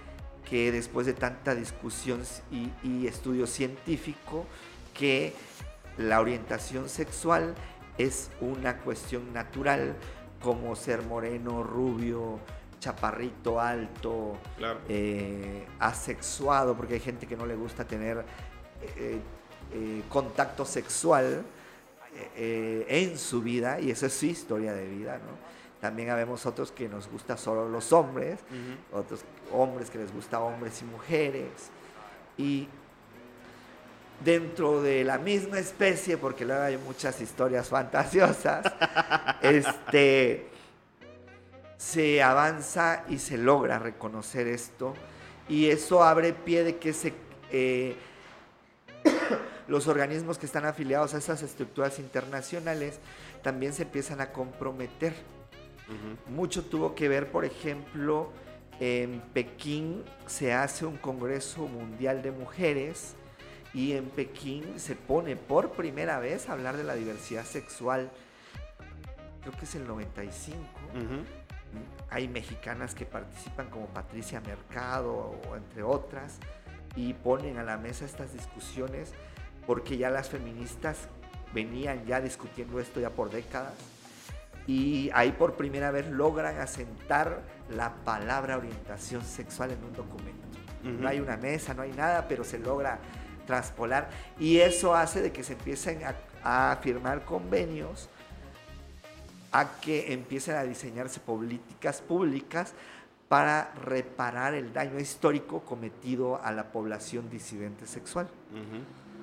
[SPEAKER 2] que después de tanta discusión y, y estudio científico, que la orientación sexual es una cuestión natural, como ser moreno, rubio, chaparrito, alto,
[SPEAKER 1] claro.
[SPEAKER 2] eh, asexuado, porque hay gente que no le gusta tener eh, eh, contacto sexual eh, en su vida, y eso es su historia de vida, ¿no? También habemos otros que nos gusta solo los hombres, uh-huh. otros hombres que les gusta hombres y mujeres, y dentro de la misma especie, porque luego hay muchas historias fantasiosas, este, se avanza y se logra reconocer esto, y eso abre pie de que se, eh, los organismos que están afiliados a esas estructuras internacionales también se empiezan a comprometer. Uh-huh. Mucho tuvo que ver, por ejemplo, en Pekín se hace un Congreso Mundial de Mujeres, y en Pekín se pone por primera vez a hablar de la diversidad sexual. Creo que es el noventa y cinco. Uh-huh. Hay mexicanas que participan como Patricia Mercado, o entre otras, y ponen a la mesa estas discusiones, porque ya las feministas venían ya discutiendo esto ya por décadas, y ahí por primera vez logran asentar la palabra orientación sexual en un documento. Uh-huh. No hay una mesa, no hay nada, pero se logra traspolar, y eso hace de que se empiecen a, a firmar convenios, a que empiecen a diseñarse políticas públicas para reparar el daño histórico cometido a la población disidente sexual. Uh-huh.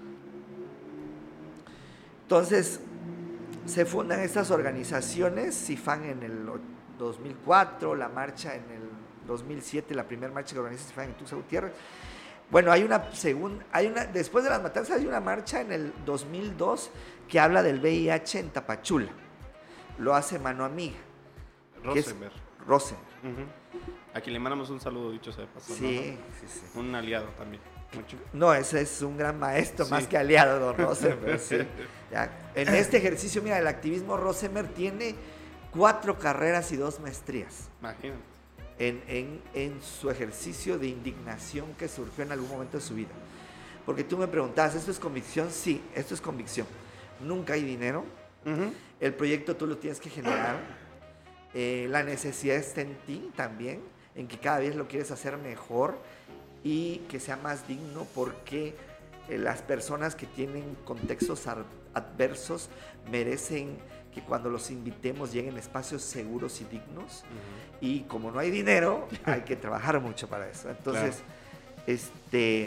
[SPEAKER 2] Entonces, se fundan estas organizaciones, CIFAN en el dos mil cuatro, la marcha en el dos mil siete, la primera marcha que organiza CIFAN en Tuxtla Gutiérrez. Bueno, hay una, según, hay una, después de las matanzas hay una marcha en el dos mil dos que habla del V I H en Tapachula. Lo hace Mano Amiga.
[SPEAKER 1] Rosenberg.
[SPEAKER 2] Rosenberg.
[SPEAKER 1] Uh-huh. A quien le mandamos un saludo, dicho sea de paso.
[SPEAKER 2] Sí, ¿no? sí, sí.
[SPEAKER 1] Un aliado también. Mucho.
[SPEAKER 2] No, ese es un gran maestro, sí. Más que aliado, don Rosenberg. Sí. Ya, en este ejercicio, mira, el activismo Rosenberg tiene cuatro carreras y dos maestrías.
[SPEAKER 1] Imagínate.
[SPEAKER 2] En, en, en su ejercicio de indignación que surgió en algún momento de su vida. Porque tú me preguntabas, ¿esto es convicción? Sí, esto es convicción. Nunca hay dinero. Uh-huh. El proyecto tú lo tienes que generar. Eh, la necesidad está en ti también, en que cada vez lo quieres hacer mejor y que sea más digno, porque eh, las personas que tienen contextos adversos merecen que cuando los invitemos lleguen a espacios seguros y dignos. Uh-huh. Y como no hay dinero, hay que trabajar mucho para eso. Entonces, claro. este,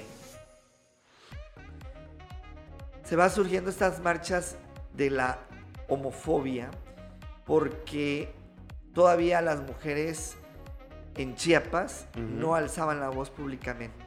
[SPEAKER 2] se van surgiendo estas marchas de la homofobia, porque todavía las mujeres en Chiapas uh-huh. no alzaban la voz públicamente.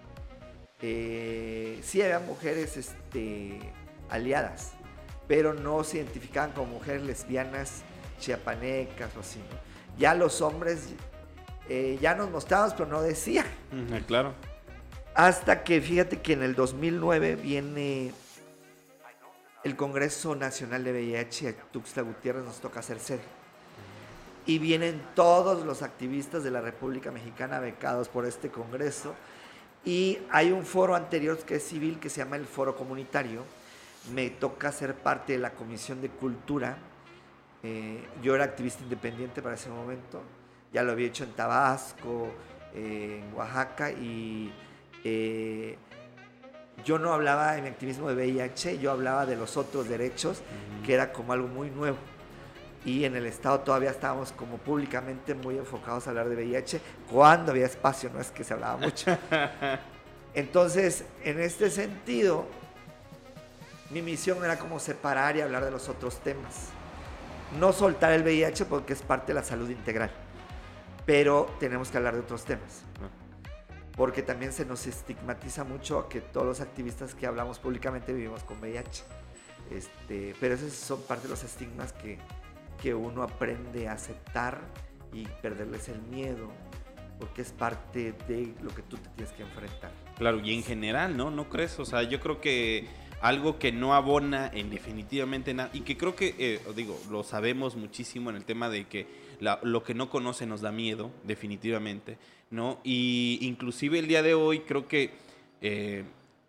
[SPEAKER 2] Eh, sí había mujeres este, aliadas, pero no se identificaban como mujeres lesbianas chiapanecas o así, ¿no? Ya los hombres eh, ya nos mostrábamos, pero no decían.
[SPEAKER 1] Uh-huh, claro.
[SPEAKER 2] Hasta que fíjate que en el dos mil nueve viene el Congreso Nacional de V I H a Tuxtla Gutiérrez, nos toca hacer sede. Y vienen todos los activistas de la República Mexicana becados por este congreso, y hay un foro anterior que es civil, que se llama el Foro Comunitario. Me toca ser parte de la Comisión de Cultura. Eh, yo era activista independiente para ese momento, ya lo había hecho en Tabasco, eh, en Oaxaca, y eh, yo no hablaba en mi activismo de V I H, yo hablaba de los otros derechos, uh-huh. que era como algo muy nuevo. Y en el Estado todavía estábamos como públicamente muy enfocados a hablar de V I H, cuando había espacio, no es que se hablaba mucho. Entonces, en este sentido, mi misión era como separar y hablar de los otros temas. No soltar el V I H porque es parte de la salud integral, pero tenemos que hablar de otros temas. Porque también se nos estigmatiza mucho que todos los activistas que hablamos públicamente vivimos con V I H. Este, pero esos son parte de los estigmas que, que uno aprende a aceptar y perderles el miedo, porque es parte de lo que tú te tienes que enfrentar.
[SPEAKER 1] Claro, y en general, ¿no? ¿No crees? O sea, yo creo que algo que no abona en definitivamente nada, y que creo que, eh, digo, lo sabemos muchísimo en el tema de que la, lo que no conoce nos da miedo, definitivamente, ¿no? Y inclusive el día de hoy creo que... Eh,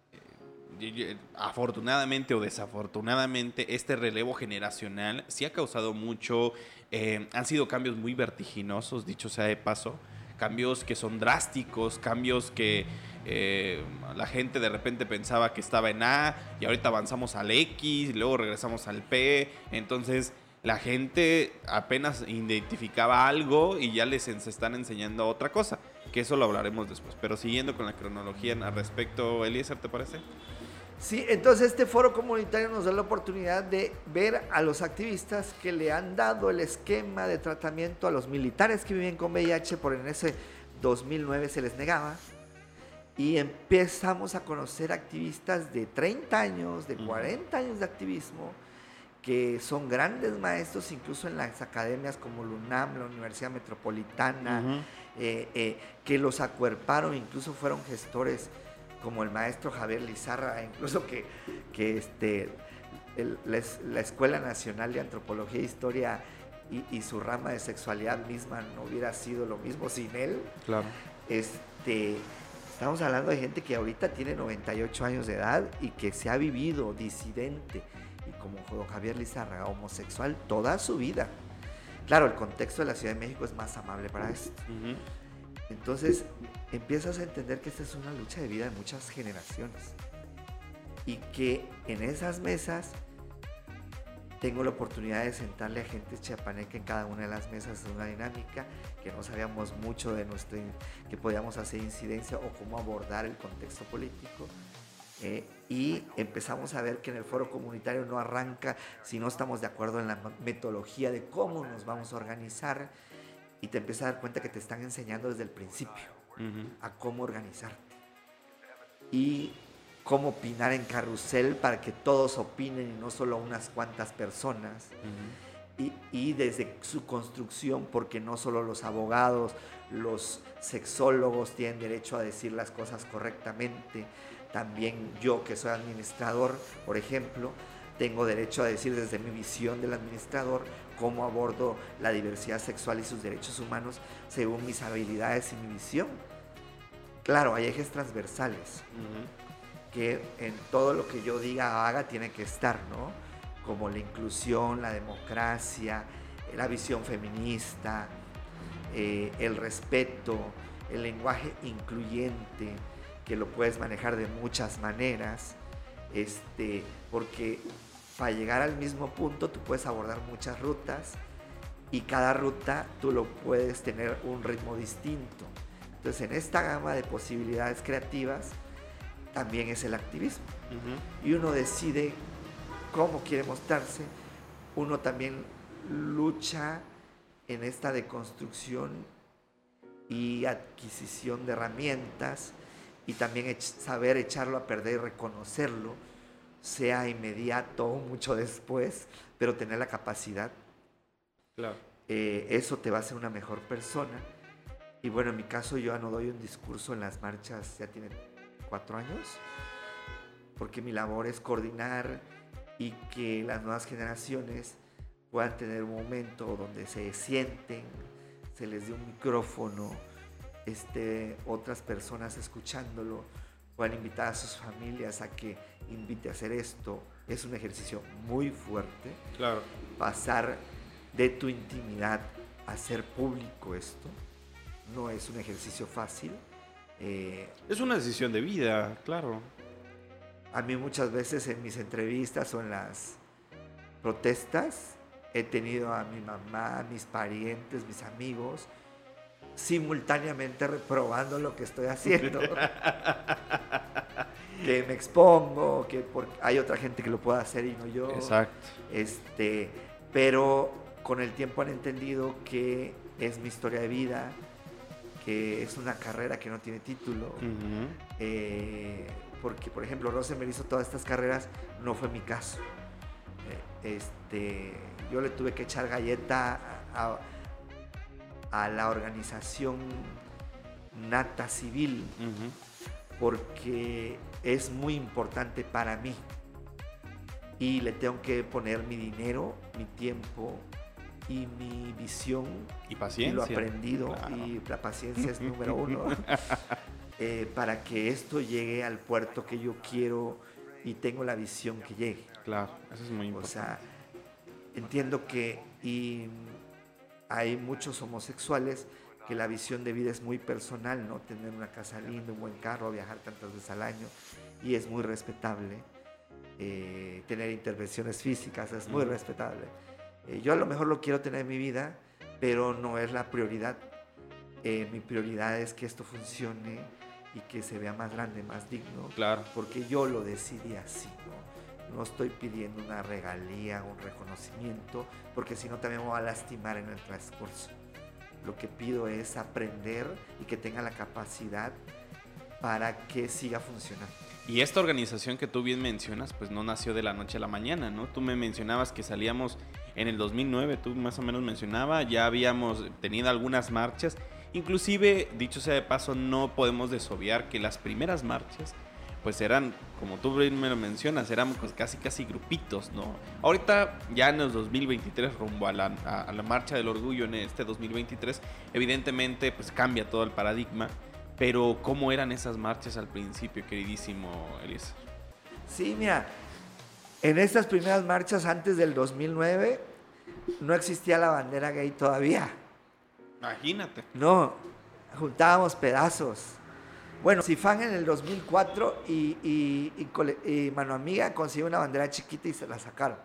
[SPEAKER 1] afortunadamente o desafortunadamente este relevo generacional sí ha causado mucho, eh, han sido cambios muy vertiginosos, dicho sea de paso, cambios que son drásticos, cambios que eh, la gente de repente pensaba que estaba en A y ahorita avanzamos al X y luego regresamos al P, entonces la gente apenas identificaba algo y ya les están enseñando otra cosa, que eso lo hablaremos después, pero siguiendo con la cronología al respecto, Eliezer, ¿te parece?
[SPEAKER 2] Sí, entonces este foro comunitario nos da la oportunidad de ver a los activistas que le han dado el esquema de tratamiento a los militares que viven con V I H, por en ese dos mil nueve se les negaba, y empezamos a conocer activistas de treinta años, de cuarenta años de activismo, que son grandes maestros incluso en las academias como la UNAM, la Universidad Metropolitana, uh-huh. eh, eh, que los acuerparon, incluso fueron gestores como el maestro Javier Lizarra, incluso que, que este, el, la, la Escuela Nacional de Antropología e Historia y, y su rama de sexualidad misma no hubiera sido lo mismo sin él.
[SPEAKER 1] Claro.
[SPEAKER 2] Este, estamos hablando de gente que ahorita tiene noventa y ocho años de edad y que se ha vivido disidente, y como don Javier Lizarra, homosexual toda su vida. Claro, el contexto de la Ciudad de México es más amable para esto. Uh-huh. Entonces empiezas a entender que esta es una lucha de vida de muchas generaciones y que en esas mesas tengo la oportunidad de sentarle a gente chiapaneca en cada una de las mesas de una dinámica que no sabíamos mucho de nuestro, que podíamos hacer incidencia o cómo abordar el contexto político, eh, y empezamos a ver que en el foro comunitario no arranca si no estamos de acuerdo en la metodología de cómo nos vamos a organizar, y te empiezas a dar cuenta que te están enseñando desde el principio uh-huh. a cómo organizarte y cómo opinar en carrusel para que todos opinen y no solo unas cuantas personas. Uh-huh. y, y desde su construcción, porque no solo los abogados, los sexólogos tienen derecho a decir las cosas correctamente, también yo que soy administrador, por ejemplo, tengo derecho a decir desde mi visión del administrador cómo abordo la diversidad sexual y sus derechos humanos según mis habilidades y mi visión. Claro, hay ejes transversales uh-huh. que en todo lo que yo diga o haga tiene que estar, ¿no? Como la inclusión, la democracia, la visión feminista, eh, el respeto, el lenguaje incluyente, que lo puedes manejar de muchas maneras, este, porque para llegar al mismo punto tú puedes abordar muchas rutas y cada ruta tú lo puedes tener un ritmo distinto. Entonces en esta gama de posibilidades creativas también es el activismo. Uh-huh. Y uno decide cómo quiere mostrarse, uno también lucha en esta deconstrucción y adquisición de herramientas y también ech- saber echarlo a perder y reconocerlo, sea inmediato o mucho después, pero tener la capacidad.
[SPEAKER 1] Claro.
[SPEAKER 2] Eh, eso te va a hacer una mejor persona. Y bueno, en mi caso yo ya no doy un discurso en las marchas, ya tiene cuatro años, porque mi labor es coordinar y que las nuevas generaciones puedan tener un momento donde se sienten, se les dé un micrófono, este, otras personas escuchándolo, puedan invitar a sus familias a que invite a hacer esto. Es un ejercicio muy fuerte.
[SPEAKER 1] Claro.
[SPEAKER 2] Pasar de tu intimidad a hacer público esto no es un ejercicio fácil. Eh,
[SPEAKER 1] es una decisión de vida, claro.
[SPEAKER 2] A mí muchas veces en mis entrevistas o en las protestas he tenido a mi mamá, a mis parientes, mis amigos, simultáneamente reprobando lo que estoy haciendo. Que me expongo, que por, hay otra gente que lo puede hacer y no yo.
[SPEAKER 1] Exacto.
[SPEAKER 2] Este, pero con el tiempo han entendido que es mi historia de vida, que es una carrera que no tiene título. Uh-huh. eh, porque, por ejemplo, Rosenberg hizo todas estas carreras, no fue mi caso. Eh, este, yo le tuve que echar galleta a, a, a la organización Nata Civil, uh-huh. porque es muy importante para mí y le tengo que poner mi dinero, mi tiempo y mi visión
[SPEAKER 1] y paciencia,
[SPEAKER 2] y lo aprendido,
[SPEAKER 1] claro.
[SPEAKER 2] Y la paciencia es número uno eh, para que esto llegue al puerto que yo quiero y tengo la visión que llegue.
[SPEAKER 1] Claro, eso es muy importante.
[SPEAKER 2] O sea, entiendo que y hay muchos homosexuales que la visión de vida es muy personal, ¿no? Tener una casa linda, un buen carro, viajar tantas veces al año, y es muy respetable. Eh, tener intervenciones físicas es muy uh-huh. respetable. Eh, yo a lo mejor lo quiero tener en mi vida, pero no es la prioridad. Eh, mi prioridad es que esto funcione y que se vea más grande, más digno.
[SPEAKER 1] Claro.
[SPEAKER 2] Porque yo lo decidí así, ¿no? No estoy pidiendo una regalía, un reconocimiento, porque si no también me va a lastimar en el transcurso. Lo que pido es aprender y que tenga la capacidad para que siga funcionando.
[SPEAKER 1] Y esta organización que tú bien mencionas, pues no nació de la noche a la mañana, ¿no? Tú me mencionabas que salíamos en el dos mil nueve, tú más o menos mencionabas, ya habíamos tenido algunas marchas. Inclusive, dicho sea de paso, no podemos desobviar que las primeras marchas, pues eran, como tú bien me lo mencionas, eran pues casi casi grupitos, ¿no? Ahorita, ya en el dos mil veintitrés, rumbo a la, a, a la Marcha del Orgullo en este dos mil veintitrés, evidentemente, pues cambia todo el paradigma. Pero, ¿cómo eran esas marchas al principio, queridísimo Eliezer?
[SPEAKER 2] Sí, mira, en estas primeras marchas antes del dos mil nueve no existía la bandera gay todavía.
[SPEAKER 1] Imagínate.
[SPEAKER 2] No, juntábamos pedazos. Bueno, Cifán en el dos mil cuatro y, y, y, y Mano Amiga consiguió una bandera chiquita y se la sacaron.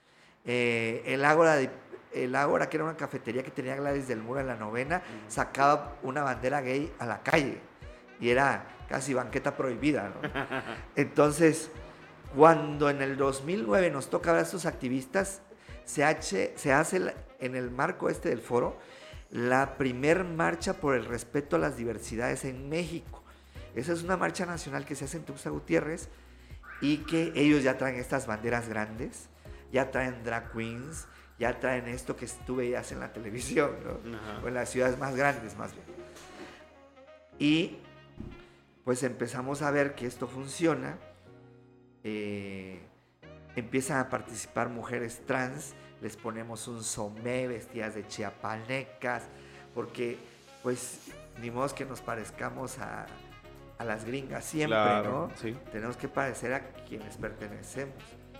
[SPEAKER 2] Eh, el Ágora de El Ágora, que era una cafetería que tenía Gladys del Muro en la novena, sacaba una bandera gay a la calle y era casi banqueta prohibida, ¿no? Entonces, cuando en el dos mil nueve nos toca ver a estos activistas, se hace, se hace en el marco este del foro la primer marcha por el respeto a las diversidades en México. Esa es una marcha nacional que se hace en Tuxtla Gutiérrez y que ellos ya traen estas banderas grandes, ya traen drag queens, ya traen esto que tú veías en la televisión, ¿no? Ajá. O en las ciudades más grandes, más bien. Y pues empezamos a ver que esto funciona. Eh, empiezan a participar mujeres trans, les ponemos un somé vestidas de chiapanecas, porque pues ni modo que nos parezcamos a, a las gringas siempre,
[SPEAKER 1] claro,
[SPEAKER 2] ¿no?
[SPEAKER 1] Sí.
[SPEAKER 2] Tenemos que parecer a quienes pertenecemos.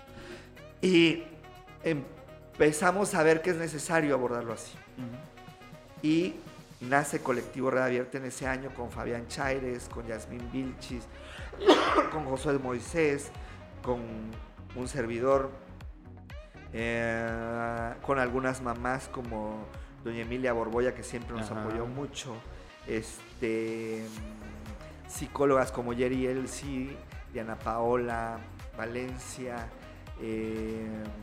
[SPEAKER 2] Y em, empezamos a ver que es necesario abordarlo así. Uh-huh. Y nace Colectivo Red Abierta en ese año con Fabián Chaires, con Yasmín Vilchis, con Josué Moisés, con un servidor, eh, con algunas mamás como doña Emilia Borboya, que siempre nos Ajá. apoyó mucho, este, psicólogas como Yeri Elsie, Diana Paola, Valencia, eh,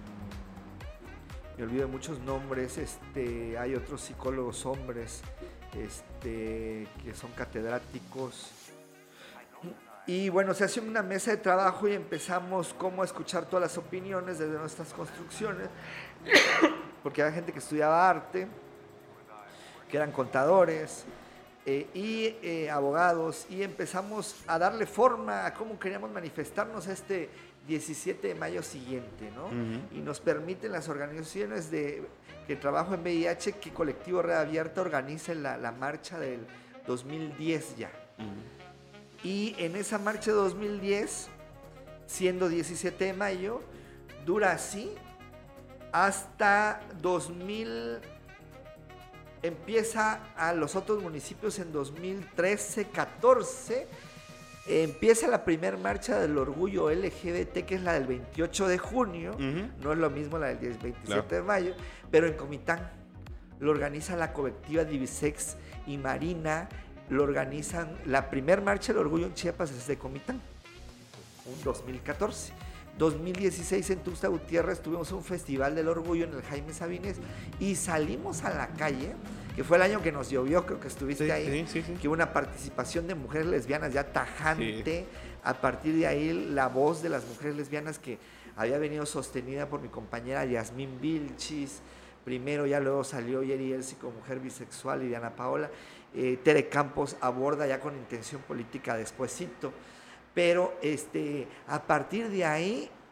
[SPEAKER 2] me olvido de muchos nombres, este, hay otros psicólogos hombres este, que son catedráticos. Y bueno, se hace una mesa de trabajo y empezamos como a escuchar todas las opiniones desde nuestras construcciones, porque había gente que estudiaba arte, que eran contadores eh, y eh, abogados, y empezamos a darle forma a cómo queríamos manifestarnos este diecisiete de mayo siguiente, ¿no? Uh-huh. Y nos permiten las organizaciones de que trabajo en V I H que Colectivo Red Abierta organice la, la marcha del dos mil diez ya. Uh-huh. Y en esa marcha de dos mil diez, siendo diecisiete de mayo, dura así hasta dos mil, empieza a los otros municipios en dos mil trece, catorce, empieza la primera marcha del orgullo L G B T, que es la del veintiocho de junio, uh-huh. no es lo mismo la del veintisiete claro. de mayo, pero en Comitán lo organiza la colectiva Divisex y Marina, lo organizan, la primera marcha del orgullo en Chiapas es de Comitán, un dos mil catorce. dos mil dieciséis en Tuxtla Gutiérrez tuvimos un festival del orgullo en el Jaime Sabines y salimos a la calle, que fue el año que nos llovió, creo que estuviste
[SPEAKER 1] sí,
[SPEAKER 2] ahí,
[SPEAKER 1] sí, sí, sí.
[SPEAKER 2] que hubo una participación de mujeres lesbianas ya tajante, sí. A partir de ahí la voz de las mujeres lesbianas que había venido sostenida por mi compañera Yasmín Vilchis, primero, ya luego salió Yeri Elsie como mujer bisexual y Diana Paola, eh, Tere Campos aborda ya con intención política despuesito, pero este, a partir de ahí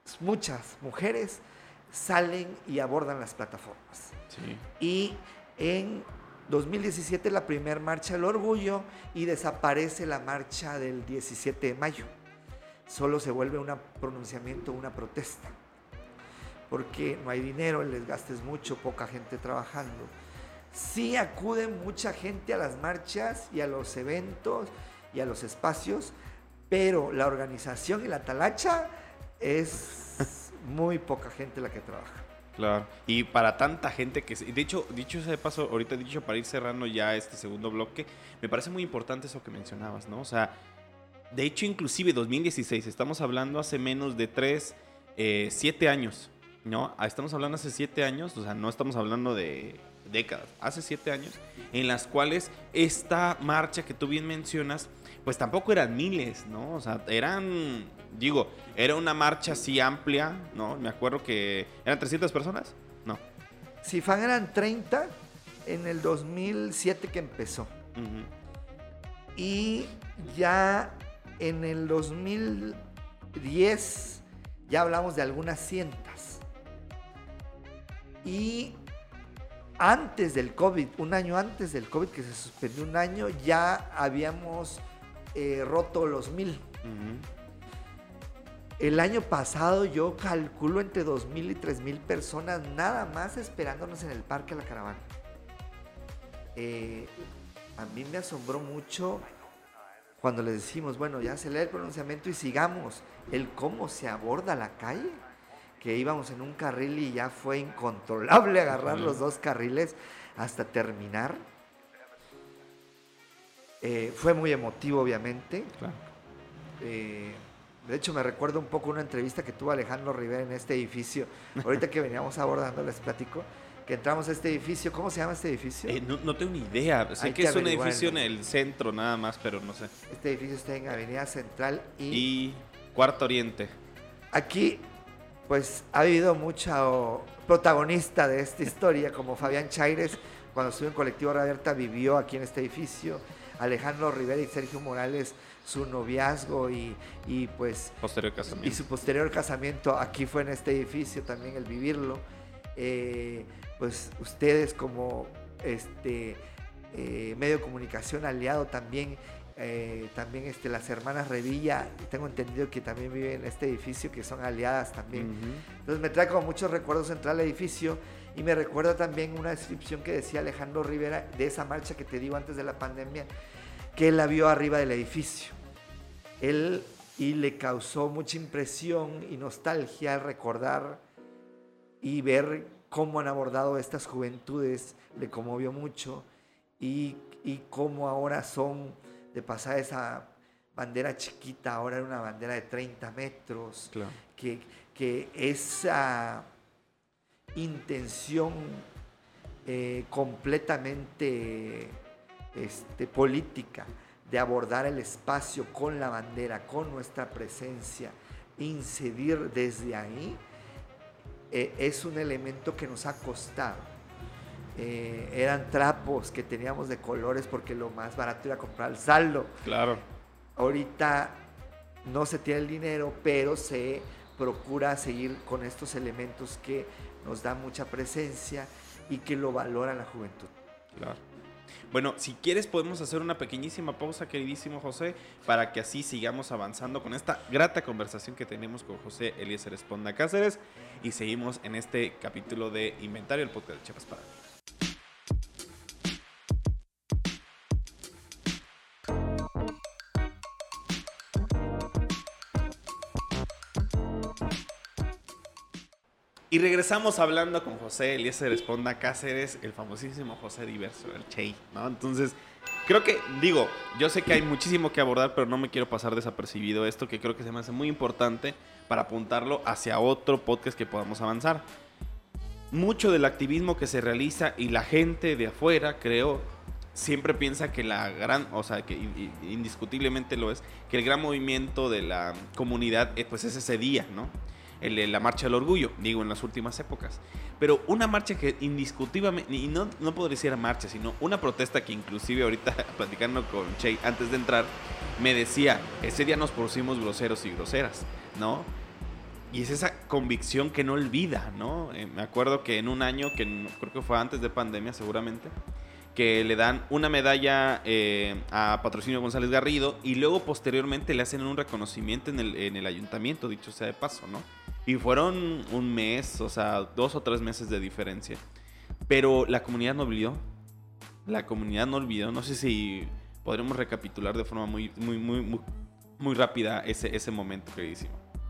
[SPEAKER 2] muchas mujeres salen y abordan las plataformas.
[SPEAKER 1] Sí.
[SPEAKER 2] Y en dos mil diecisiete la primera marcha del orgullo y desaparece la marcha del diecisiete de mayo. Solo se vuelve un pronunciamiento, una protesta. Porque no hay dinero, el desgaste es mucho, poca gente trabajando. Sí acude mucha gente a las marchas y a los eventos y a los espacios, pero la organización y la talacha es muy poca gente la que trabaja.
[SPEAKER 1] Claro, y para tanta gente que... De hecho, dicho ese paso, ahorita dicho para ir cerrando ya este segundo bloque, me parece muy importante eso que mencionabas, ¿no? O sea, de hecho, inclusive dos mil dieciséis, estamos hablando hace menos de tres, eh, siete años, ¿no? Estamos hablando hace siete años, o sea, no estamos hablando de décadas, hace siete años, en las cuales esta marcha que tú bien mencionas, pues tampoco eran miles, ¿no? O sea, eran, digo, era una marcha así amplia, ¿no? Me acuerdo que eran trescientas personas, ¿no?
[SPEAKER 2] Si fan eran treinta en el dos mil siete que empezó.
[SPEAKER 1] Uh-huh.
[SPEAKER 2] Y ya en el dos mil diez ya hablamos de algunas cientas. Y antes del COVID, un año antes del COVID, que se suspendió un año, ya habíamos eh, roto los mil.
[SPEAKER 1] Uh-huh.
[SPEAKER 2] El año pasado yo calculo entre dos mil y tres mil personas nada más esperándonos en el Parque La Caravana. Eh, a mí me asombró mucho cuando les decimos, bueno, ya se lee el pronunciamiento y sigamos. El cómo se aborda la calle, que íbamos en un carril y ya fue incontrolable agarrar los dos carriles hasta terminar. Eh, fue muy emotivo, obviamente.
[SPEAKER 1] Claro.
[SPEAKER 2] Eh, de hecho, me recuerdo un poco una entrevista que tuvo Alejandro Rivera en este edificio. Ahorita que veníamos abordando, les platico, que entramos a este edificio. ¿Cómo se llama este edificio?
[SPEAKER 1] Eh, no, no tengo ni idea. Sé
[SPEAKER 2] Hay
[SPEAKER 1] que,
[SPEAKER 2] que
[SPEAKER 1] es un
[SPEAKER 2] averiguar,
[SPEAKER 1] edificio
[SPEAKER 2] ¿no?
[SPEAKER 1] en el centro nada más, pero no sé.
[SPEAKER 2] Este edificio está en Avenida Central y...
[SPEAKER 1] Y Cuarto Oriente.
[SPEAKER 2] Aquí, pues, ha habido mucho protagonista de esta historia, como Fabián Chaires, cuando estuvo en Colectivo Radio Abierta, vivió aquí en este edificio. Alejandro Rivera y Sergio Morales, su noviazgo y, y pues...
[SPEAKER 1] Posterior casamiento.
[SPEAKER 2] Y su posterior casamiento aquí fue en este edificio también, el vivirlo. Eh, pues ustedes como este eh, medio de comunicación aliado también, eh, también este, las hermanas Revilla, tengo entendido que también viven en este edificio, que son aliadas también. Uh-huh. Entonces me trae como muchos recuerdos entrar al edificio y me recuerda también una descripción que decía Alejandro Rivera de esa marcha que te digo antes de la pandemia, que él la vio arriba del edificio. Él y le causó mucha impresión y nostalgia al recordar y ver cómo han abordado estas juventudes, le conmovió mucho y, y cómo ahora son de pasar esa bandera chiquita, ahora era una bandera de treinta metros,
[SPEAKER 1] claro.
[SPEAKER 2] que, que esa intención eh, completamente este, política de abordar el espacio con la bandera, con nuestra presencia, incidir desde ahí, eh, es un elemento que nos ha costado. Eh, eran trapos que teníamos de colores porque lo más barato era comprar el saldo.
[SPEAKER 1] Claro.
[SPEAKER 2] Ahorita no se tiene el dinero, pero se procura seguir con estos elementos que nos dan mucha presencia y que lo valora la juventud.
[SPEAKER 1] Claro. Bueno, si quieres podemos hacer una pequeñísima pausa, queridísimo José, para que así sigamos avanzando con esta grata conversación que tenemos con José Eliezer Esponda Cáceres y seguimos en este capítulo de Inventario, el podcast de Chiapas para Mí. Y regresamos hablando con José Eliezer Esponda Cáceres, el famosísimo José Diverso, el Che, ¿no? Entonces, creo que, digo, yo sé que hay muchísimo que abordar, pero no me quiero pasar desapercibido esto, que creo que se me hace muy importante para apuntarlo hacia otro podcast que podamos avanzar. Mucho del activismo que se realiza y la gente de afuera, creo, siempre piensa que la gran, o sea, que indiscutiblemente lo es, que el gran movimiento de la comunidad, pues es ese día, ¿no? El, la marcha del orgullo, digo, en las últimas épocas. Pero una marcha que indiscutiblemente, y no, no puedo decir marcha, sino una protesta que inclusive ahorita platicando con Che antes de entrar, me decía, ese día nos pusimos groseros y groseras, ¿no? Y es esa convicción que no olvida, ¿no? Eh, me acuerdo que en un año, que no, creo que fue antes de pandemia seguramente, que le dan una medalla eh, a Patrocinio González Garrido y luego posteriormente le hacen un reconocimiento en el, en el ayuntamiento, dicho sea de paso, ¿no? Y fueron un mes, o sea, dos o tres meses de diferencia. Pero la comunidad no olvidó. La comunidad no olvidó. No sé si podremos recapitular de forma muy, muy, muy, muy, muy rápida ese, ese momento, queridísimo.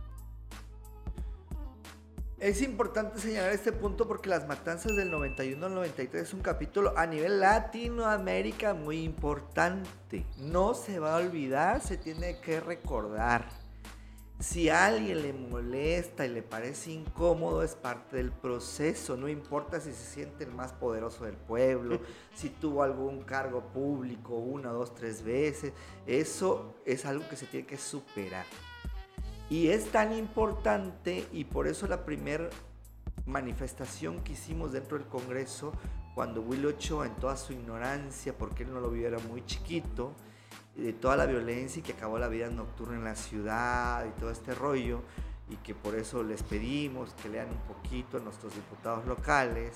[SPEAKER 2] Es importante señalar este punto porque las matanzas del noventa y uno al noventa y tres es un capítulo a nivel Latinoamérica muy importante. No se va a olvidar, se tiene que recordar. Si a alguien le molesta y le parece incómodo, es parte del proceso. No importa si se siente el más poderoso del pueblo, si tuvo algún cargo público una, dos, tres veces. Eso es algo que se tiene que superar. Y es tan importante, y por eso la primera manifestación que hicimos dentro del Congreso, cuando Willy Ochoa, en toda su ignorancia, porque él no lo vio, era muy chiquito, de toda la violencia y que acabó la vida nocturna en la ciudad y todo este rollo, y que por eso les pedimos que lean un poquito a nuestros diputados locales,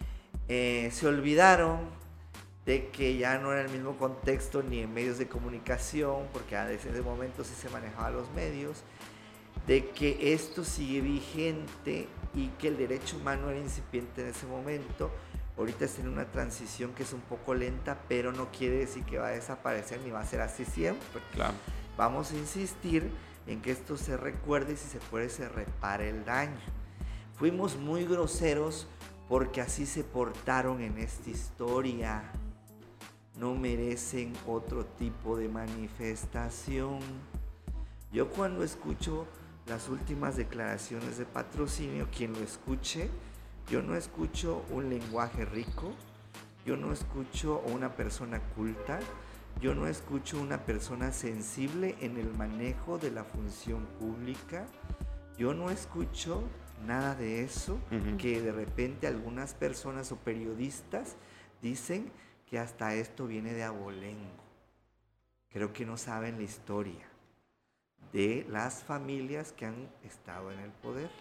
[SPEAKER 2] eh, se olvidaron de que ya no era el mismo contexto ni en medios de comunicación, porque en ese momento sí se manejaban los medios, de que esto sigue vigente y que el derecho humano era incipiente en ese momento. Ahorita está en una transición que es un poco lenta, pero no quiere decir que va a desaparecer ni va a ser así siempre.
[SPEAKER 1] Claro.
[SPEAKER 2] Vamos a insistir en que esto se recuerde y si se puede se repare el daño. Fuimos muy groseros porque así se portaron en esta historia. No merecen otro tipo de manifestación. Yo cuando escucho las últimas declaraciones de Patrocinio, quien lo escuche, yo no escucho un lenguaje rico, yo no escucho una persona culta, yo no escucho una persona sensible en el manejo de la función pública, yo no escucho nada de eso, uh-huh. que de repente algunas personas o periodistas dicen que hasta esto viene de abolengo. Creo que no saben la historia de las familias que han estado en el poder.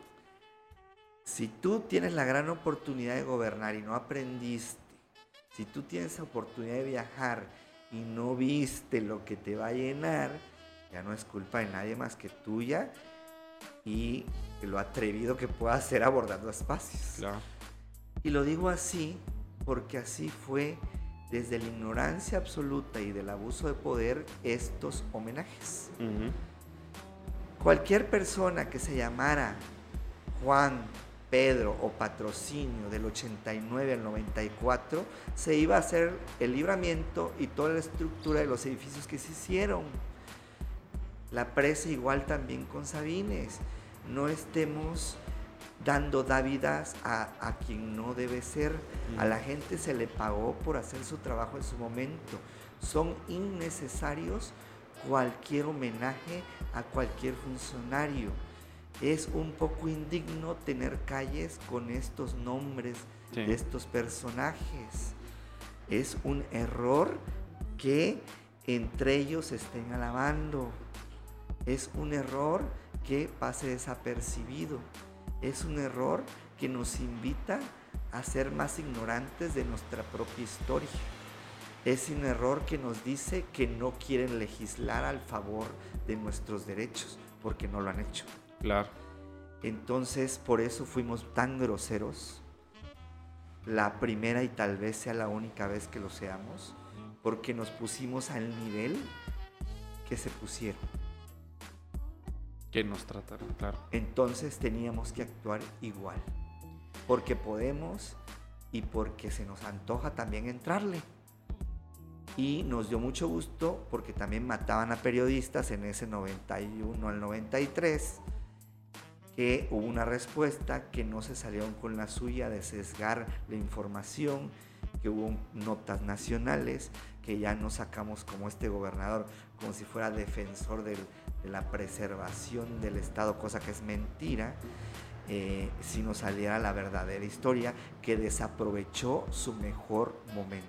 [SPEAKER 2] Si tú tienes la gran oportunidad de gobernar y no aprendiste, si tú tienes la oportunidad de viajar y no viste lo que te va a llenar, ya no es culpa de nadie más que tuya y lo atrevido que puedas ser abordando espacios.
[SPEAKER 1] Claro.
[SPEAKER 2] Y lo digo así porque así fue desde la ignorancia absoluta y del abuso de poder estos homenajes. Uh-huh. Cualquier persona que se llamara Juan, Pedro o Patrocinio del ochenta y nueve al noventa y cuatro se iba a hacer el libramiento y toda la estructura de los edificios que se hicieron. La presa igual también con Sabines. No estemos dando dávidas a, a quien no debe ser. A la gente se le pagó por hacer su trabajo en su momento. Son innecesarios cualquier homenaje a cualquier funcionario. Es un poco indigno tener calles con estos nombres sí. de estos personajes. Es un error que entre ellos se estén alabando. Es un error que pase desapercibido. Es un error que nos invita a ser más ignorantes de nuestra propia historia. Es un error que nos dice que no quieren legislar al favor de nuestros derechos, porque no lo han hecho.
[SPEAKER 1] Claro.
[SPEAKER 2] Entonces, por eso fuimos tan groseros. La primera y tal vez sea la única vez que lo seamos, porque nos pusimos al nivel que se pusieron.
[SPEAKER 1] Que nos trataron, claro.
[SPEAKER 2] Entonces teníamos que actuar igual, porque podemos y porque se nos antoja también entrarle. Y nos dio mucho gusto porque también mataban a periodistas en ese noventa y uno al noventa y tres, que hubo una respuesta, que no se salieron con la suya de sesgar la información, que hubo notas nacionales, que ya no sacamos como este gobernador, como si fuera defensor del, de la preservación del Estado, cosa que es mentira, eh, si nos saliera la verdadera historia, que desaprovechó su mejor momento.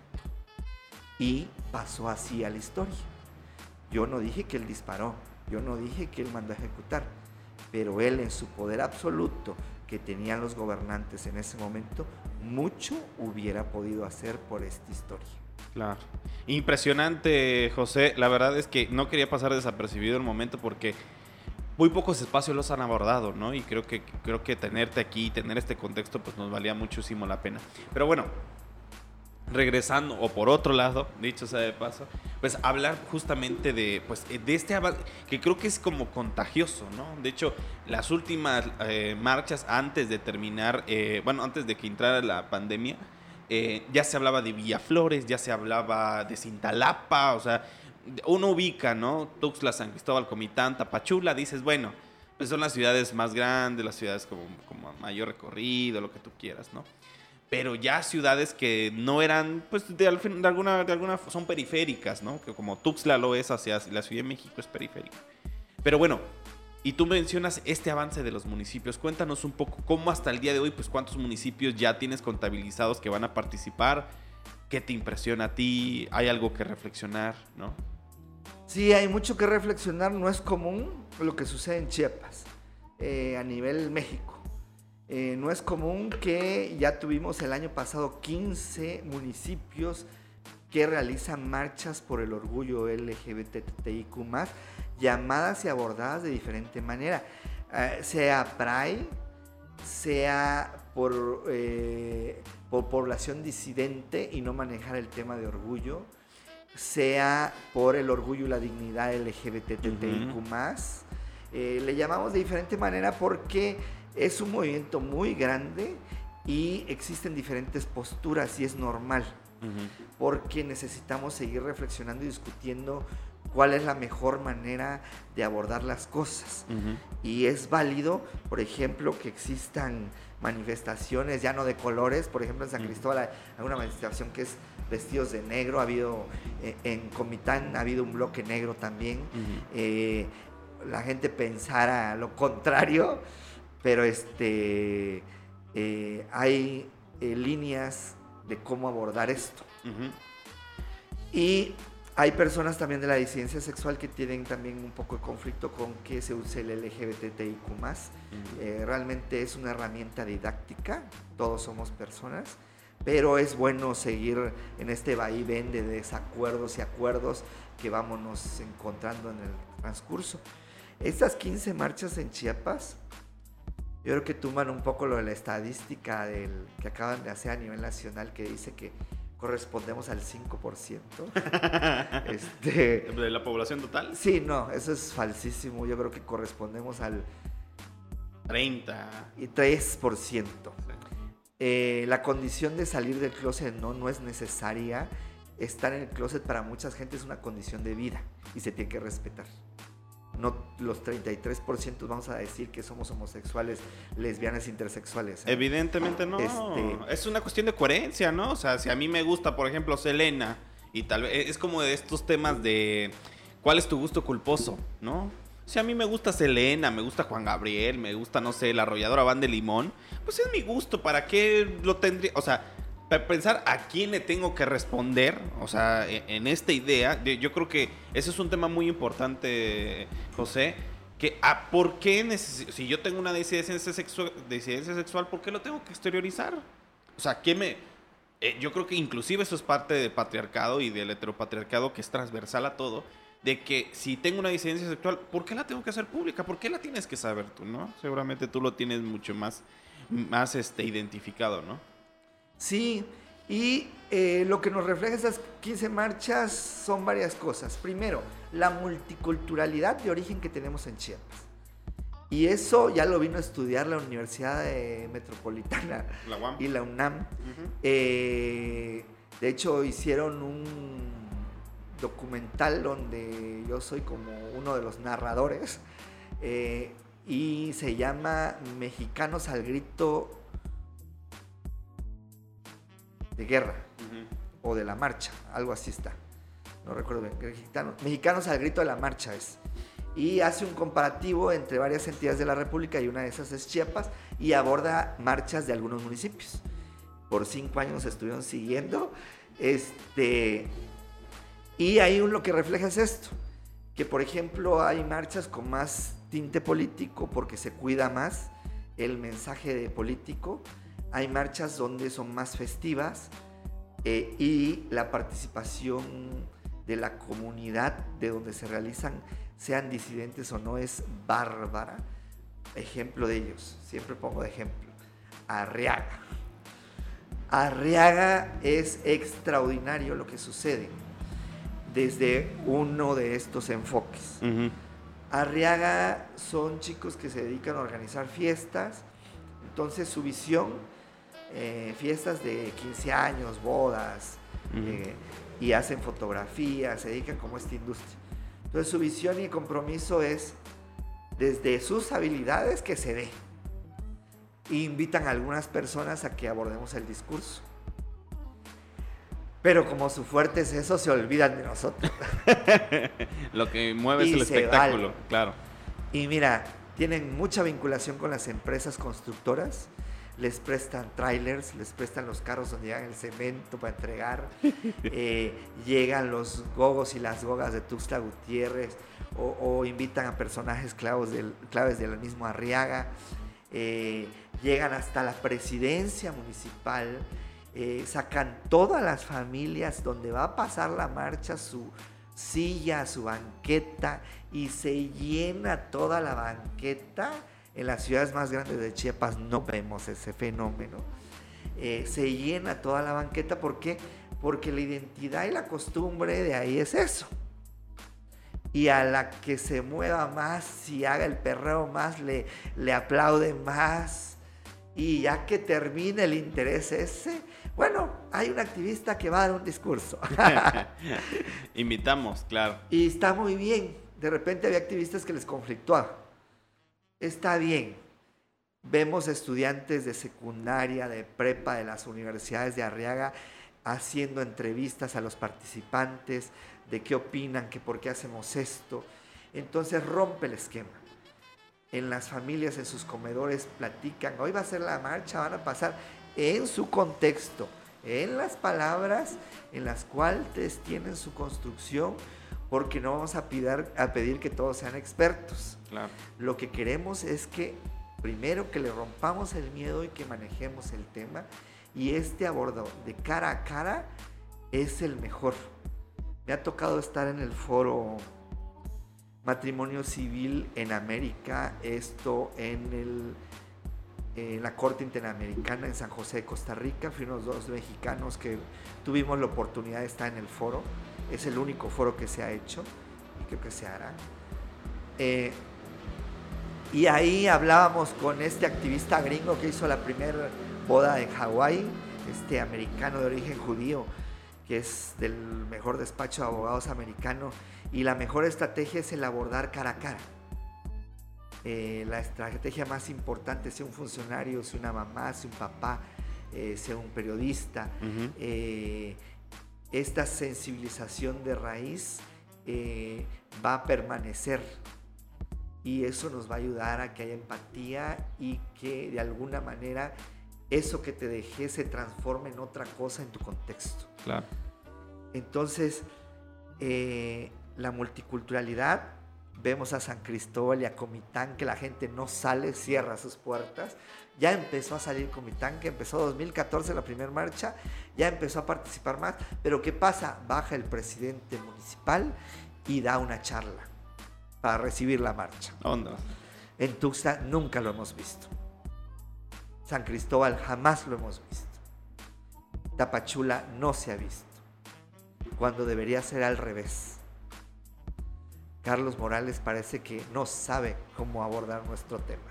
[SPEAKER 2] Y pasó así a la historia. Yo no dije que él disparó, yo no dije que él mandó a ejecutar, pero él en su poder absoluto que tenían los gobernantes en ese momento, mucho hubiera podido hacer por esta historia.
[SPEAKER 1] Claro. Impresionante, José. La verdad es que no quería pasar desapercibido el momento porque muy pocos espacios los han abordado, ¿no? Y creo que, creo que tenerte aquí, tener este contexto, pues nos valía muchísimo la pena. Pero bueno, regresando, o por otro lado, dicho sea de paso, pues hablar justamente de, pues, de este avance, que creo que es como contagioso, ¿no? De hecho, las últimas eh, marchas antes de terminar, eh, bueno, antes de que entrara la pandemia, eh, ya se hablaba de Villaflores, ya se hablaba de Cintalapa, o sea, uno ubica, ¿no? Tuxtla, San Cristóbal, Comitán, Tapachula, dices, bueno, pues son las ciudades más grandes, las ciudades como, como mayor recorrido, lo que tú quieras, ¿no? Pero ya ciudades que no eran, pues de, de alguna, de alguna, son periféricas, ¿no? Que como Tuxtla lo es hacia la Ciudad de México es periférica. Pero bueno, y tú mencionas este avance de los municipios. Cuéntanos un poco cómo hasta el día de hoy, pues cuántos municipios ya tienes contabilizados que van a participar. ¿Qué te impresiona a ti? ¿Hay algo que reflexionar, no?
[SPEAKER 2] Sí, hay mucho que reflexionar. No es común lo que sucede en Chiapas, eh, a nivel México. Eh, no es común que ya tuvimos el año pasado quince municipios que realizan marchas por el orgullo L G B T I Q más, llamadas y abordadas de diferente manera, eh, sea Pride, sea por, eh, por población disidente y no manejar el tema de orgullo, sea por el orgullo y la dignidad L G B T I Q más. Uh-huh. Eh, le llamamos de diferente manera porque es un movimiento muy grande y existen diferentes posturas y es normal, uh-huh. porque necesitamos seguir reflexionando y discutiendo cuál es la mejor manera de abordar las cosas. Uh-huh. Y es válido, por ejemplo, que existan manifestaciones ya no de colores. Por ejemplo, en San Cristóbal hay una manifestación que es vestidos de negro. Ha habido, eh, en Comitán ha habido un bloque negro también. Uh-huh. Eh, la gente pensara lo contrario, pero este, eh, hay eh, líneas de cómo abordar esto. Uh-huh. Y hay personas también de la disidencia sexual que tienen también un poco de conflicto con que se use el L G B T I Q más. Uh-huh. Eh, realmente es una herramienta didáctica, todos somos personas, pero es bueno seguir en este vaivén de desacuerdos y acuerdos que vámonos encontrando en el transcurso. Estas quince marchas en Chiapas, yo creo que toman un poco lo de la estadística del, que acaban de hacer a nivel nacional, que dice que correspondemos al cinco por ciento. este,
[SPEAKER 1] ¿De la población total?
[SPEAKER 2] Sí, no, eso es falsísimo. Yo creo que correspondemos al
[SPEAKER 1] treinta
[SPEAKER 2] y tres por ciento. Sí. Eh, la condición de salir del closet no, no es necesaria. Estar en el closet para mucha gente es una condición de vida y se tiene que respetar. No los treinta y tres por ciento vamos a decir que somos homosexuales, lesbianas, intersexuales, ¿eh?
[SPEAKER 1] Evidentemente no. Este... Es una cuestión de coherencia, ¿no? O sea, si a mí me gusta, por ejemplo, Selena, y tal vez es como de estos temas de ¿cuál es tu gusto culposo? ¿No? Si a mí me gusta Selena, me gusta Juan Gabriel, me gusta, no sé, la arrolladora Banda de Limón, pues es mi gusto, ¿para qué lo tendría? O sea, para pensar a quién le tengo que responder, o sea, en esta idea, yo creo que ese es un tema muy importante, José, que a por qué necesito, si yo tengo una disidencia sexual, disidencia sexual, ¿por qué lo tengo que exteriorizar? O sea, ¿qué me...? Eh, yo creo que inclusive eso es parte del patriarcado y del heteropatriarcado que es transversal a todo, de que si tengo una disidencia sexual, ¿por qué la tengo que hacer pública? ¿Por qué la tienes que saber tú, no? Seguramente tú lo tienes mucho más, más este, identificado, ¿no?
[SPEAKER 2] Sí, y eh, lo que nos refleja esas quince marchas son varias cosas. Primero, la multiculturalidad de origen que tenemos en Chiapas. Y eso ya lo vino a estudiar la Universidad de Metropolitana
[SPEAKER 1] la U A M
[SPEAKER 2] y la UNAM. Uh-huh. Eh, de hecho, hicieron un documental donde yo soy como uno de los narradores eh, y se llama Mexicanos al Grito de Guerra, uh-huh. o de la Marcha, algo así está, no recuerdo bien. Mexicanos, Mexicanos al Grito de la Marcha es, y hace un comparativo entre varias entidades de la República y una de esas es Chiapas y aborda marchas de algunos municipios. Por cinco años estuvieron siguiendo este, y ahí lo que refleja es esto, que por ejemplo hay marchas con más tinte político porque se cuida más el mensaje de político. Hay marchas donde son más festivas eh, y la participación de la comunidad de donde se realizan, sean disidentes o no, es bárbara. Ejemplo de ellos, siempre pongo de ejemplo, Arriaga. Arriaga es extraordinario lo que sucede desde uno de estos enfoques. Uh-huh. Arriaga son chicos que se dedican a organizar fiestas, entonces su visión, eh, fiestas de quince años, bodas, uh-huh. eh, y hacen fotografías, se dedican como a esta industria. Entonces su visión y compromiso es desde sus habilidades que se dé. E invitan a algunas personas a que abordemos el discurso. Pero como su fuerte es eso, se olvidan de nosotros.
[SPEAKER 1] Lo que mueve es el espectáculo, vale. Claro.
[SPEAKER 2] Y mira, tienen mucha vinculación con las empresas constructoras. Les prestan trailers, les prestan los carros donde llegan el cemento para entregar. eh, llegan los gogos y las gogas de Tuxtla Gutiérrez. O, o invitan a personajes claves del, claves del mismo Arriaga. Eh, llegan hasta la presidencia municipal. Eh, sacan todas las familias donde va a pasar la marcha, su silla, su banqueta, y se llena toda la banqueta. En las ciudades más grandes de Chiapas no vemos ese fenómeno. Eh, se llena toda la banqueta. ¿Por qué? Porque la identidad y la costumbre de ahí es eso. Y a la que se mueva más, si haga el perreo más, le, le aplauden más. Y ya que termine el interés ese, bueno, hay un activista que va a dar un discurso.
[SPEAKER 1] Invitamos, claro.
[SPEAKER 2] Y está muy bien. De repente había activistas que les conflictuaba. Está bien. Vemos estudiantes de secundaria, de prepa, de las universidades de Arriaga, haciendo entrevistas a los participantes, de qué opinan, que por qué hacemos esto. Entonces rompe el esquema. En las familias, en sus comedores, platican, hoy va a ser la marcha, van a pasar en su contexto, en las palabras en las cuales tienen su construcción, porque no vamos a pedir, a pedir que todos sean expertos.
[SPEAKER 1] Claro.
[SPEAKER 2] Lo que queremos es que, primero, que le rompamos el miedo y que manejemos el tema, y este abordo de cara a cara es el mejor. Me ha tocado estar en el foro Matrimonio Civil en América, esto en, el, en la Corte Interamericana en San José de Costa Rica. Fuimos dos mexicanos que tuvimos la oportunidad de estar en el foro. Es el único foro que se ha hecho y creo que se hará. Eh, y ahí hablábamos con este activista gringo que hizo la primera boda en Hawái, este americano de origen judío, que es del mejor despacho de abogados americano, y la mejor estrategia es el abordar cara a cara. Eh, la estrategia más importante, sea un funcionario, sea una mamá, sea un papá, eh, sea un periodista, uh-huh. eh, esta sensibilización de raíz eh, va a permanecer, y eso nos va a ayudar a que haya empatía y que de alguna manera eso que te dejé se transforme en otra cosa en tu contexto.
[SPEAKER 1] Claro.
[SPEAKER 2] Entonces, eh, la multiculturalidad, vemos a San Cristóbal y a Comitán, que la gente no sale, cierra sus puertas. Ya empezó a salir Comitán, que empezó dos mil catorce la primera marcha, ya empezó a participar más. Pero ¿qué pasa? Baja el presidente municipal y da una charla para recibir la marcha.
[SPEAKER 1] Onda.
[SPEAKER 2] En Tuxtla nunca lo hemos visto. San Cristóbal jamás lo hemos visto. Tapachula no se ha visto, cuando debería ser al revés. Carlos Morales parece que no sabe cómo abordar nuestro tema.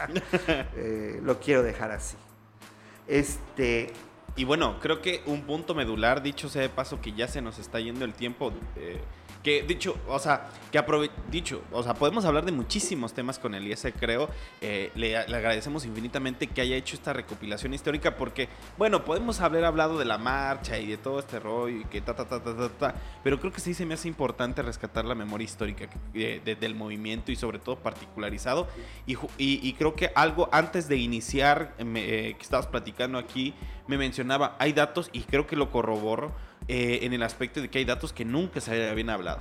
[SPEAKER 2] eh, lo quiero dejar así. Este...
[SPEAKER 1] Y bueno, creo que un punto medular, dicho sea de paso, que ya se nos está yendo el tiempo, eh, que dicho, o sea, que aprove dicho, o sea, podemos hablar de muchísimos temas con Eliezer, creo. Eh, le, le agradecemos infinitamente que haya hecho esta recopilación histórica, porque, bueno, podemos haber hablado de la marcha y de todo este rollo y que ta, ta, ta, ta, ta, ta, pero creo que sí se me hace importante rescatar la memoria histórica de, de, del movimiento y sobre todo particularizado. Y, y, y creo que algo antes de iniciar, eh, que estabas platicando aquí, me mencionaba, hay datos, y creo que lo corroboro, eh, en el aspecto de que hay datos que nunca se habían hablado.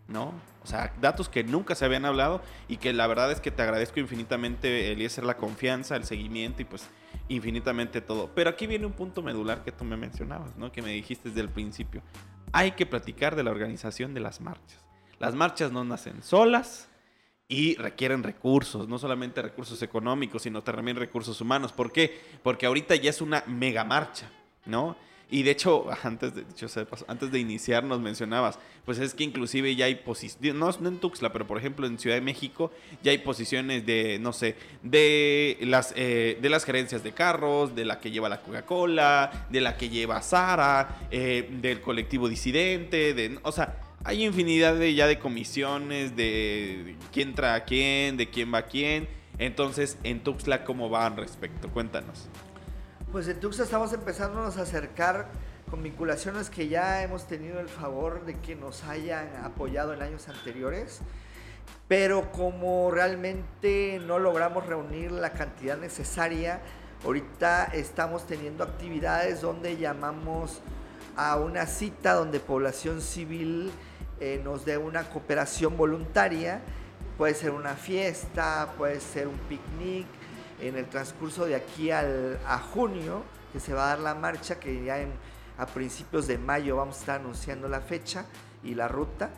[SPEAKER 1] ¿no? O sea, datos que nunca se habían hablado y que la verdad es que te agradezco infinitamente, Eliezer, la confianza, el seguimiento y pues infinitamente todo. Pero aquí viene un punto medular que tú me mencionabas, ¿no? Que me dijiste desde el principio. Hay que platicar de la organización de las marchas. Las marchas no nacen solas y requieren recursos, no solamente recursos económicos, sino también recursos humanos. ¿Por qué? Porque ahorita ya es una mega marcha, ¿no? Y de hecho, antes de, dicho sea de paso, antes de iniciar nos mencionabas, pues es que inclusive ya hay posiciones, no, no en Tuxtla, pero por ejemplo en Ciudad de México ya hay posiciones de, no sé, de las, eh, de las gerencias de carros, de la que lleva la Coca-Cola, de la que lleva Sara, eh, del colectivo disidente, de, o sea, hay infinidad de ya de comisiones, de quién trae a quién, de quién va a quién. Entonces, en Tuxtla, ¿cómo va al respecto? Cuéntanos.
[SPEAKER 2] Pues en Tuxtla estamos empezándonos a acercar con vinculaciones que ya hemos tenido el favor de que nos hayan apoyado en años anteriores, pero como realmente no logramos reunir la cantidad necesaria, ahorita estamos teniendo actividades donde llamamos a una cita donde población civil eh, nos dé una cooperación voluntaria. Puede ser una fiesta, puede ser un picnic. En el transcurso de aquí al, a junio, que se va a dar la marcha, que ya en, a principios de mayo vamos a estar anunciando la fecha y la ruta,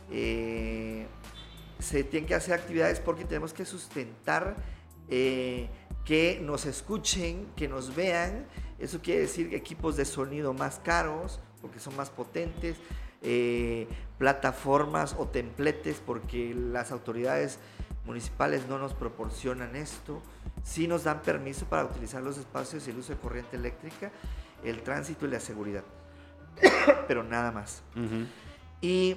[SPEAKER 2] eh, se tienen que hacer actividades porque tenemos que sustentar eh, que nos escuchen, que nos vean. Eso quiere decir equipos de sonido más caros, porque son más potentes, eh, plataformas o templetes, porque las autoridades municipales no nos proporcionan esto. Sí nos dan permiso para utilizar los espacios y el uso de corriente eléctrica, el tránsito y la seguridad, pero nada más. Uh-huh. Y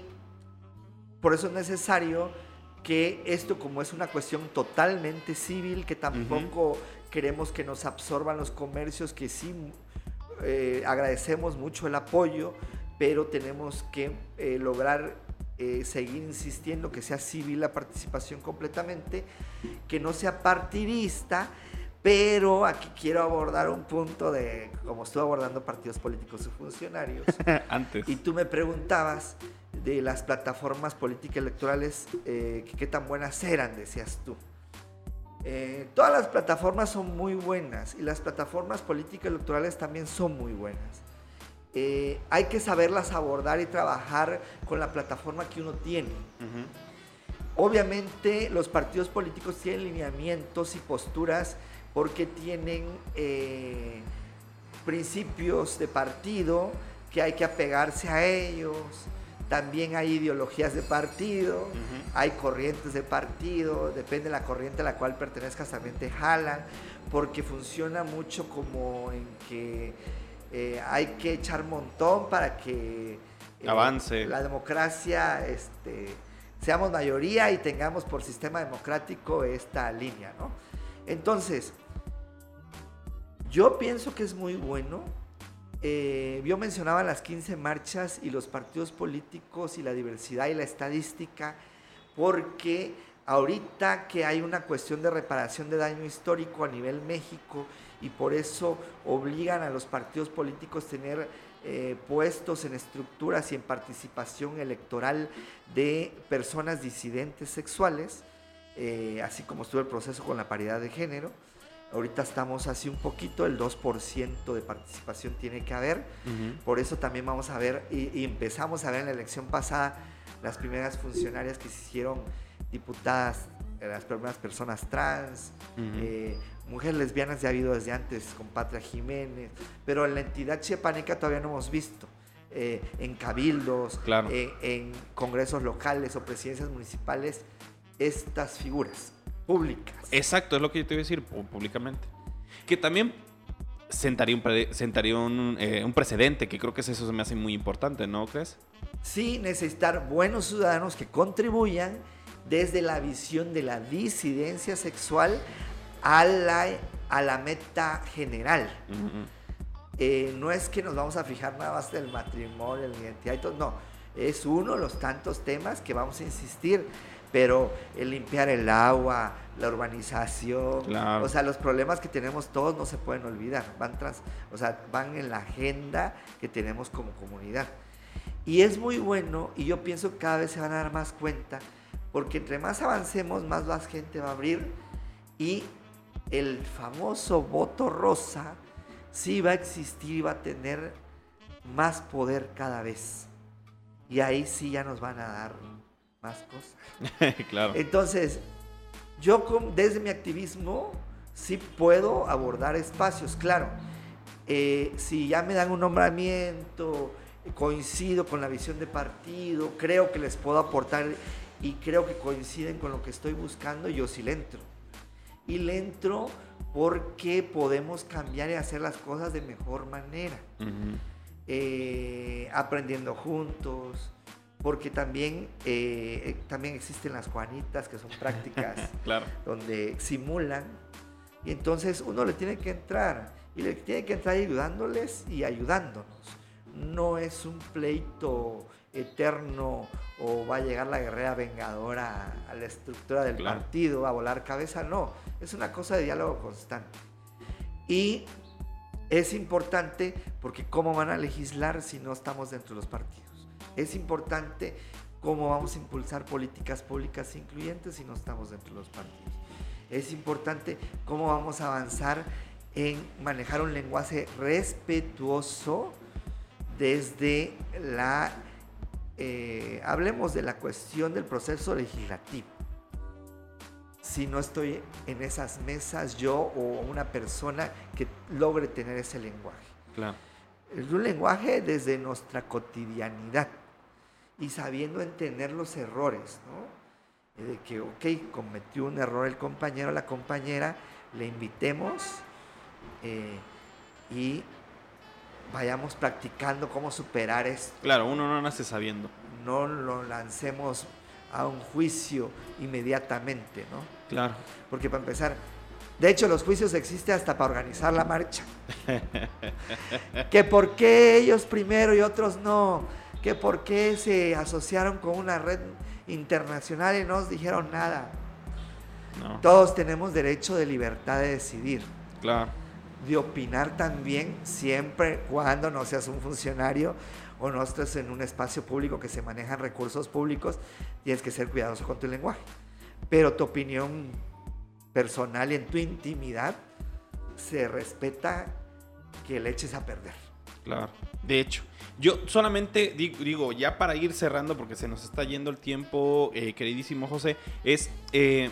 [SPEAKER 2] por eso es necesario que esto, como es una cuestión totalmente civil, que tampoco uh-huh. queremos que nos absorban los comercios, que sí eh, agradecemos mucho el apoyo, pero tenemos que eh, lograr Eh, seguir insistiendo que sea civil la participación completamente, que no sea partidista, pero aquí quiero abordar un punto de, como estuve abordando partidos políticos y funcionarios,
[SPEAKER 1] antes.
[SPEAKER 2] Y tú me preguntabas de las plataformas políticas electorales, eh, que qué tan buenas eran, decías tú. Eh, todas las plataformas son muy buenas y las plataformas políticas electorales también son muy buenas. Eh, hay que saberlas abordar y trabajar con la plataforma que uno tiene. Uh-huh. Obviamente los partidos políticos tienen lineamientos y posturas porque tienen eh, principios de partido que hay que apegarse a ellos. También hay ideologías de partido, uh-huh. hay corrientes de partido, depende de la corriente a la cual pertenezcas, también te jalan, porque funciona mucho como en que Eh, hay que echar montón para que
[SPEAKER 1] eh, avance
[SPEAKER 2] la democracia, este, seamos mayoría y tengamos por sistema democrático esta línea, ¿no? Entonces, yo pienso que es muy bueno. Eh, yo mencionaba las quince marchas y los partidos políticos y la diversidad y la estadística, porque ahorita que hay una cuestión de reparación de daño histórico a nivel México, y por eso obligan a los partidos políticos a tener eh, puestos en estructuras y en participación electoral de personas disidentes sexuales, eh, así como estuvo el proceso con la paridad de género. Ahorita estamos así un poquito, el dos por ciento de participación tiene que haber. Uh-huh. Por eso también vamos a ver, y, y empezamos a ver en la elección pasada las primeras funcionarias que se hicieron diputadas, las primeras personas trans, uh-huh. eh, mujeres lesbianas ya ha habido desde antes con Patria Jiménez, pero en la entidad chiapaneca todavía no hemos visto, eh, en cabildos,
[SPEAKER 1] claro.
[SPEAKER 2] eh, en congresos locales o presidencias municipales, estas figuras públicas.
[SPEAKER 1] Exacto, es lo que yo te iba a decir, públicamente. Que también sentaría un, pre- sentaría un, eh, un precedente, que creo que eso se me hace muy importante, ¿no crees?
[SPEAKER 2] Sí, necesitar buenos ciudadanos que contribuyan desde la visión de la disidencia sexual a la, a la meta general. Uh-huh. Eh, no es que nos vamos a fijar nada más del matrimonio, la identidad y todo, no. Es uno de los tantos temas que vamos a insistir, pero el limpiar el agua, la urbanización, claro. O sea, los problemas que tenemos todos no se pueden olvidar, van, tras, o sea, van en la agenda que tenemos como comunidad. Y es muy bueno, y yo pienso que cada vez se van a dar más cuenta, porque entre más avancemos, más la gente va a abrir, y el famoso voto rosa sí va a existir y va a tener más poder cada vez. Y ahí sí ya nos van a dar más cosas.
[SPEAKER 1] Claro.
[SPEAKER 2] Entonces, yo con, desde mi activismo sí puedo abordar espacios, claro. Eh, si ya me dan un nombramiento, coincido con la visión de partido, creo que les puedo aportar y creo que coinciden con lo que estoy buscando, yo sí le entro. Y le entro porque podemos cambiar y hacer las cosas de mejor manera. Uh-huh. Eh, aprendiendo juntos, porque también, eh, también existen las Juanitas, que son prácticas
[SPEAKER 1] claro.
[SPEAKER 2] donde simulan, y entonces uno le tiene que entrar, y le tiene que entrar ayudándoles y ayudándonos. No es un pleito eterno o va a llegar la guerrera vengadora a la estructura del claro. partido a volar cabeza, no, es una cosa de diálogo constante. Y es importante porque cómo van a legislar si no estamos dentro de los partidos. Es importante cómo vamos a impulsar políticas públicas incluyentes si no estamos dentro de los partidos. Es importante cómo vamos a avanzar en manejar un lenguaje respetuoso desde la, eh, hablemos de la cuestión del proceso legislativo. Si no estoy en esas mesas, yo o una persona que logre tener ese lenguaje.
[SPEAKER 1] Claro.
[SPEAKER 2] Es un lenguaje desde nuestra cotidianidad y sabiendo entender los errores, ¿no? De que, ok, cometió un error el compañero o la compañera, le invitemos eh, y vayamos practicando cómo superar esto.
[SPEAKER 1] Claro, uno no nace sabiendo.
[SPEAKER 2] No lo lancemos a un juicio inmediatamente, ¿no?
[SPEAKER 1] Claro.
[SPEAKER 2] Porque para empezar, de hecho los juicios existen hasta para organizar la marcha. Que por qué ellos primero y otros no, que por qué se asociaron con una red internacional y no nos dijeron nada.
[SPEAKER 1] No.
[SPEAKER 2] Todos tenemos derecho de libertad de decidir.
[SPEAKER 1] Claro.
[SPEAKER 2] De opinar también, siempre cuando no seas un funcionario o no estés en un espacio público que se manejan recursos públicos, tienes que ser cuidadoso con tu lenguaje. Pero tu opinión personal y en tu intimidad se respeta que le eches a perder.
[SPEAKER 1] Claro. De hecho, yo solamente digo, digo ya para ir cerrando, porque se nos está yendo el tiempo, eh, queridísimo José, es... Eh,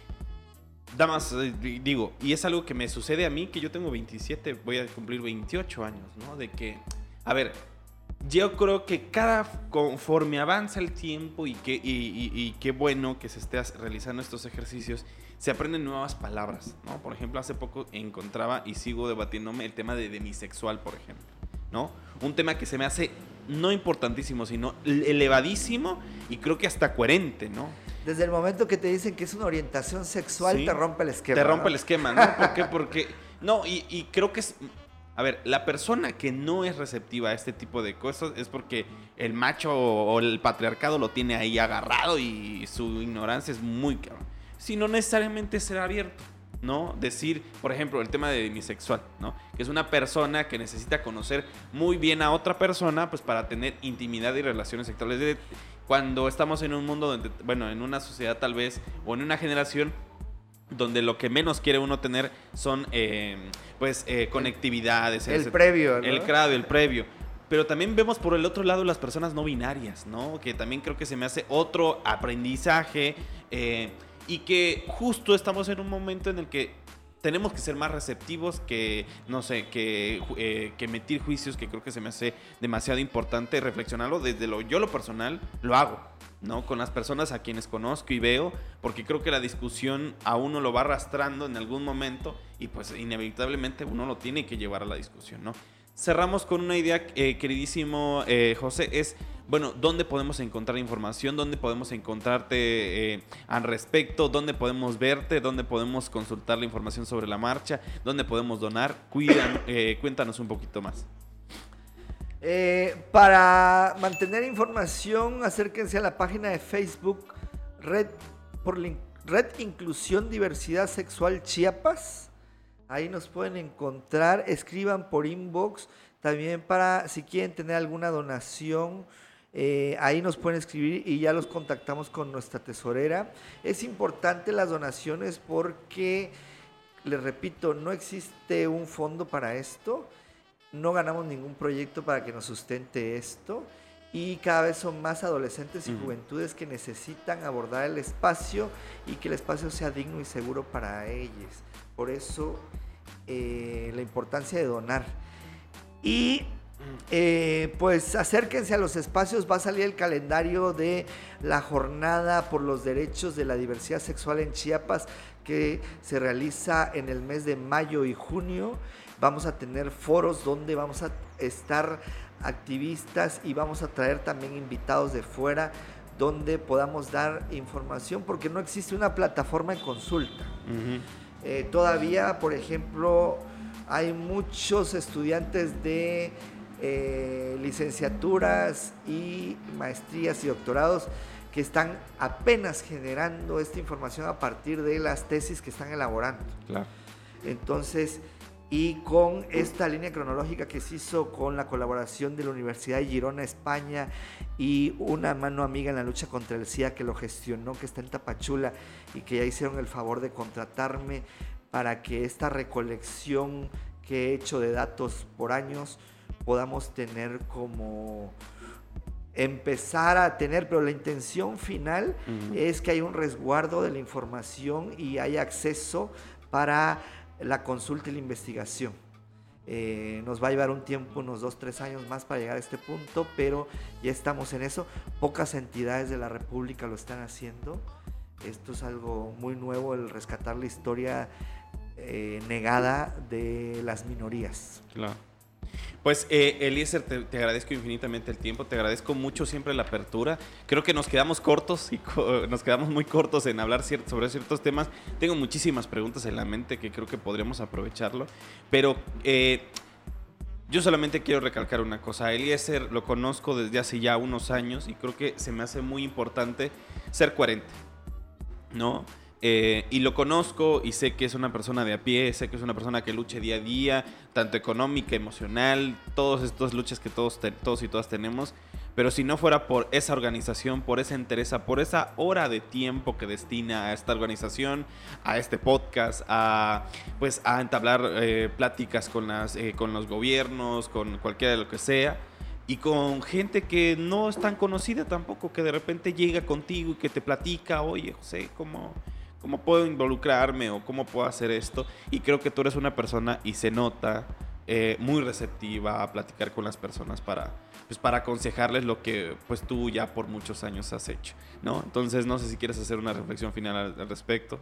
[SPEAKER 1] Damas, digo, y es algo que me sucede a mí, que yo tengo veintisiete, voy a cumplir veintiocho años, ¿no? De que, a ver, yo creo que cada, conforme avanza el tiempo y, que, y, y, y qué bueno que se esté realizando estos ejercicios, se aprenden nuevas palabras, ¿no? Por ejemplo, hace poco encontraba y sigo debatiéndome el tema de demisexual, por ejemplo, ¿no? Un tema que se me hace no importantísimo, sino elevadísimo y creo que hasta coherente, ¿no?
[SPEAKER 2] Desde el momento que te dicen que es una orientación sexual, sí, te rompe el esquema.
[SPEAKER 1] Te rompe
[SPEAKER 2] ¿no?
[SPEAKER 1] el esquema, ¿no? ¿Por qué? Porque, no, y, y creo que es, a ver, la persona que no es receptiva a este tipo de cosas es porque el macho o el patriarcado lo tiene ahí agarrado y su ignorancia es muy cabrón. Si no necesariamente será abierto, ¿no? Decir, por ejemplo, el tema de demisexual, ¿no? Que es una persona que necesita conocer muy bien a otra persona, pues para tener intimidad y relaciones sexuales. De, cuando estamos en un mundo donde, bueno, en una sociedad tal vez, o en una generación donde lo que menos quiere uno tener son, eh, pues, eh, conectividades.
[SPEAKER 2] El, el previo, ¿no?
[SPEAKER 1] El claro, el previo. Pero también vemos por el otro lado las personas no binarias, ¿no? Que también creo que se me hace otro aprendizaje, eh, y que justo estamos en un momento en el que tenemos que ser más receptivos que, no sé, que, eh, que emitir juicios, que creo que se me hace demasiado importante reflexionarlo. Desde lo yo lo personal lo hago, ¿no? Con las personas a quienes conozco y veo, porque creo que la discusión a uno lo va arrastrando en algún momento y pues inevitablemente uno lo tiene que llevar a la discusión, ¿no? Cerramos con una idea, eh, queridísimo eh, José, es, bueno, ¿dónde podemos encontrar información? ¿Dónde podemos encontrarte eh, al respecto? ¿Dónde podemos verte? ¿Dónde podemos consultar la información sobre la marcha? ¿Dónde podemos donar? Cuidan, eh, cuéntanos un poquito más.
[SPEAKER 2] Eh, para mantener información, acérquense a la página de Facebook Red, por Red Inclusión Diversidad Sexual Chiapas. Ahí nos pueden encontrar, escriban por inbox, también para si quieren tener alguna donación Eh, ahí nos pueden escribir y ya los contactamos con nuestra tesorera. Es importante las donaciones porque, les repito, no existe un fondo para esto, no ganamos ningún proyecto para que nos sustente esto y cada vez son más adolescentes y juventudes que necesitan abordar el espacio y que el espacio sea digno y seguro para ellos. Por eso eh, la importancia de donar. Y Eh, pues acérquense a los espacios, va a salir el calendario de la jornada por los derechos de la diversidad sexual en Chiapas que se realiza en el mes de mayo y junio. Vamos a tener foros donde vamos a estar activistas y vamos a traer también invitados de fuera donde podamos dar información porque no existe una plataforma en consulta. Uh-huh. Eh, todavía, por ejemplo, hay muchos estudiantes de Eh, licenciaturas y maestrías y doctorados que están apenas generando esta información a partir de las tesis que están elaborando.
[SPEAKER 1] Claro.
[SPEAKER 2] Entonces, y con esta línea cronológica que se hizo con la colaboración de la Universidad de Girona, España, y una mano amiga en la lucha contra el SIDA que lo gestionó, que está en Tapachula, y que ya hicieron el favor de contratarme para que esta recolección que he hecho de datos por años podamos tener como empezar a tener, pero la intención final uh-huh. es que haya un resguardo de la información y haya acceso para la consulta y la investigación. Eh, nos va a llevar un tiempo, unos dos, tres años más para llegar a este punto, pero ya estamos en eso. Pocas entidades de la República lo están haciendo. Esto es algo muy nuevo, el rescatar la historia eh, negada de las minorías.
[SPEAKER 1] Claro. Pues eh, Eliezer, te, te agradezco infinitamente el tiempo, te agradezco mucho siempre la apertura. Creo que nos quedamos cortos y co- nos quedamos muy cortos en hablar cier- sobre ciertos temas. Tengo muchísimas preguntas en la mente que creo que podríamos aprovecharlo, pero eh, yo solamente quiero recalcar una cosa. Eliezer lo conozco desde hace ya unos años y creo que se me hace muy importante ser coherente, ¿no? Eh, y lo conozco y sé que es una persona de a pie, sé que es una persona que lucha día a día, tanto económica, emocional, todas estas luchas que todos, te, todos y todas tenemos, pero si no fuera por esa organización, por esa entereza, por esa hora de tiempo que destina a esta organización, a este podcast, a, pues, a entablar eh, pláticas con, las, eh, con los gobiernos, con cualquiera de lo que sea, y con gente que no es tan conocida tampoco, que de repente llega contigo y que te platica, oye, José, ¿cómo... ¿Cómo puedo involucrarme o cómo puedo hacer esto? Y creo que tú eres una persona, y se nota, eh, muy receptiva a platicar con las personas para, pues, para aconsejarles lo que pues, tú ya por muchos años has hecho, ¿no? Entonces, no sé si quieres hacer una reflexión final al, al respecto.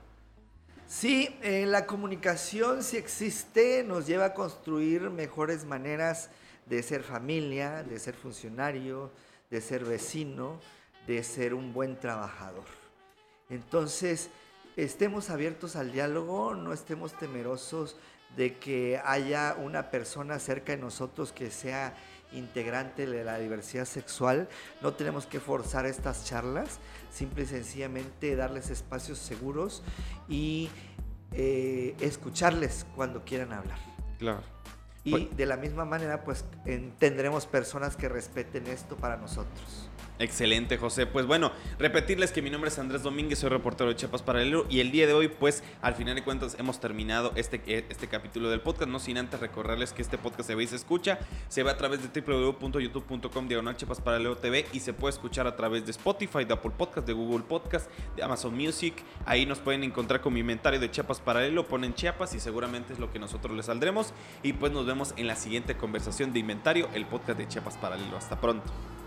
[SPEAKER 2] Sí, eh, la comunicación, si existe, nos lleva a construir mejores maneras de ser familia, de ser funcionario, de ser vecino, de ser un buen trabajador. Entonces, estemos abiertos al diálogo, no estemos temerosos de que haya una persona cerca de nosotros que sea integrante de la diversidad sexual. No tenemos que forzar estas charlas, simple y sencillamente darles espacios seguros y eh, escucharles cuando quieran hablar.
[SPEAKER 1] Claro.
[SPEAKER 2] Y pues, de la misma manera, pues tendremos personas que respeten esto para nosotros.
[SPEAKER 1] Excelente, José. Pues bueno, repetirles que mi nombre es Andrés Domínguez, soy reportero de Chiapas Paralelo y el día de hoy, pues, al final de cuentas hemos terminado este, este capítulo del podcast, no sin antes recordarles que este podcast se ve y se escucha, se ve a través de doble u doble u doble u punto youtube punto com diagonal Chiapas Paralelo T V y se puede escuchar a través de Spotify, de Apple Podcast, de Google Podcast, de Amazon Music. Ahí nos pueden encontrar con mi inventario de Chiapas Paralelo, ponen Chiapas y seguramente es lo que nosotros les saldremos. Y pues nos vemos en la siguiente conversación de Inventario, el podcast de Chiapas Paralelo. Hasta pronto.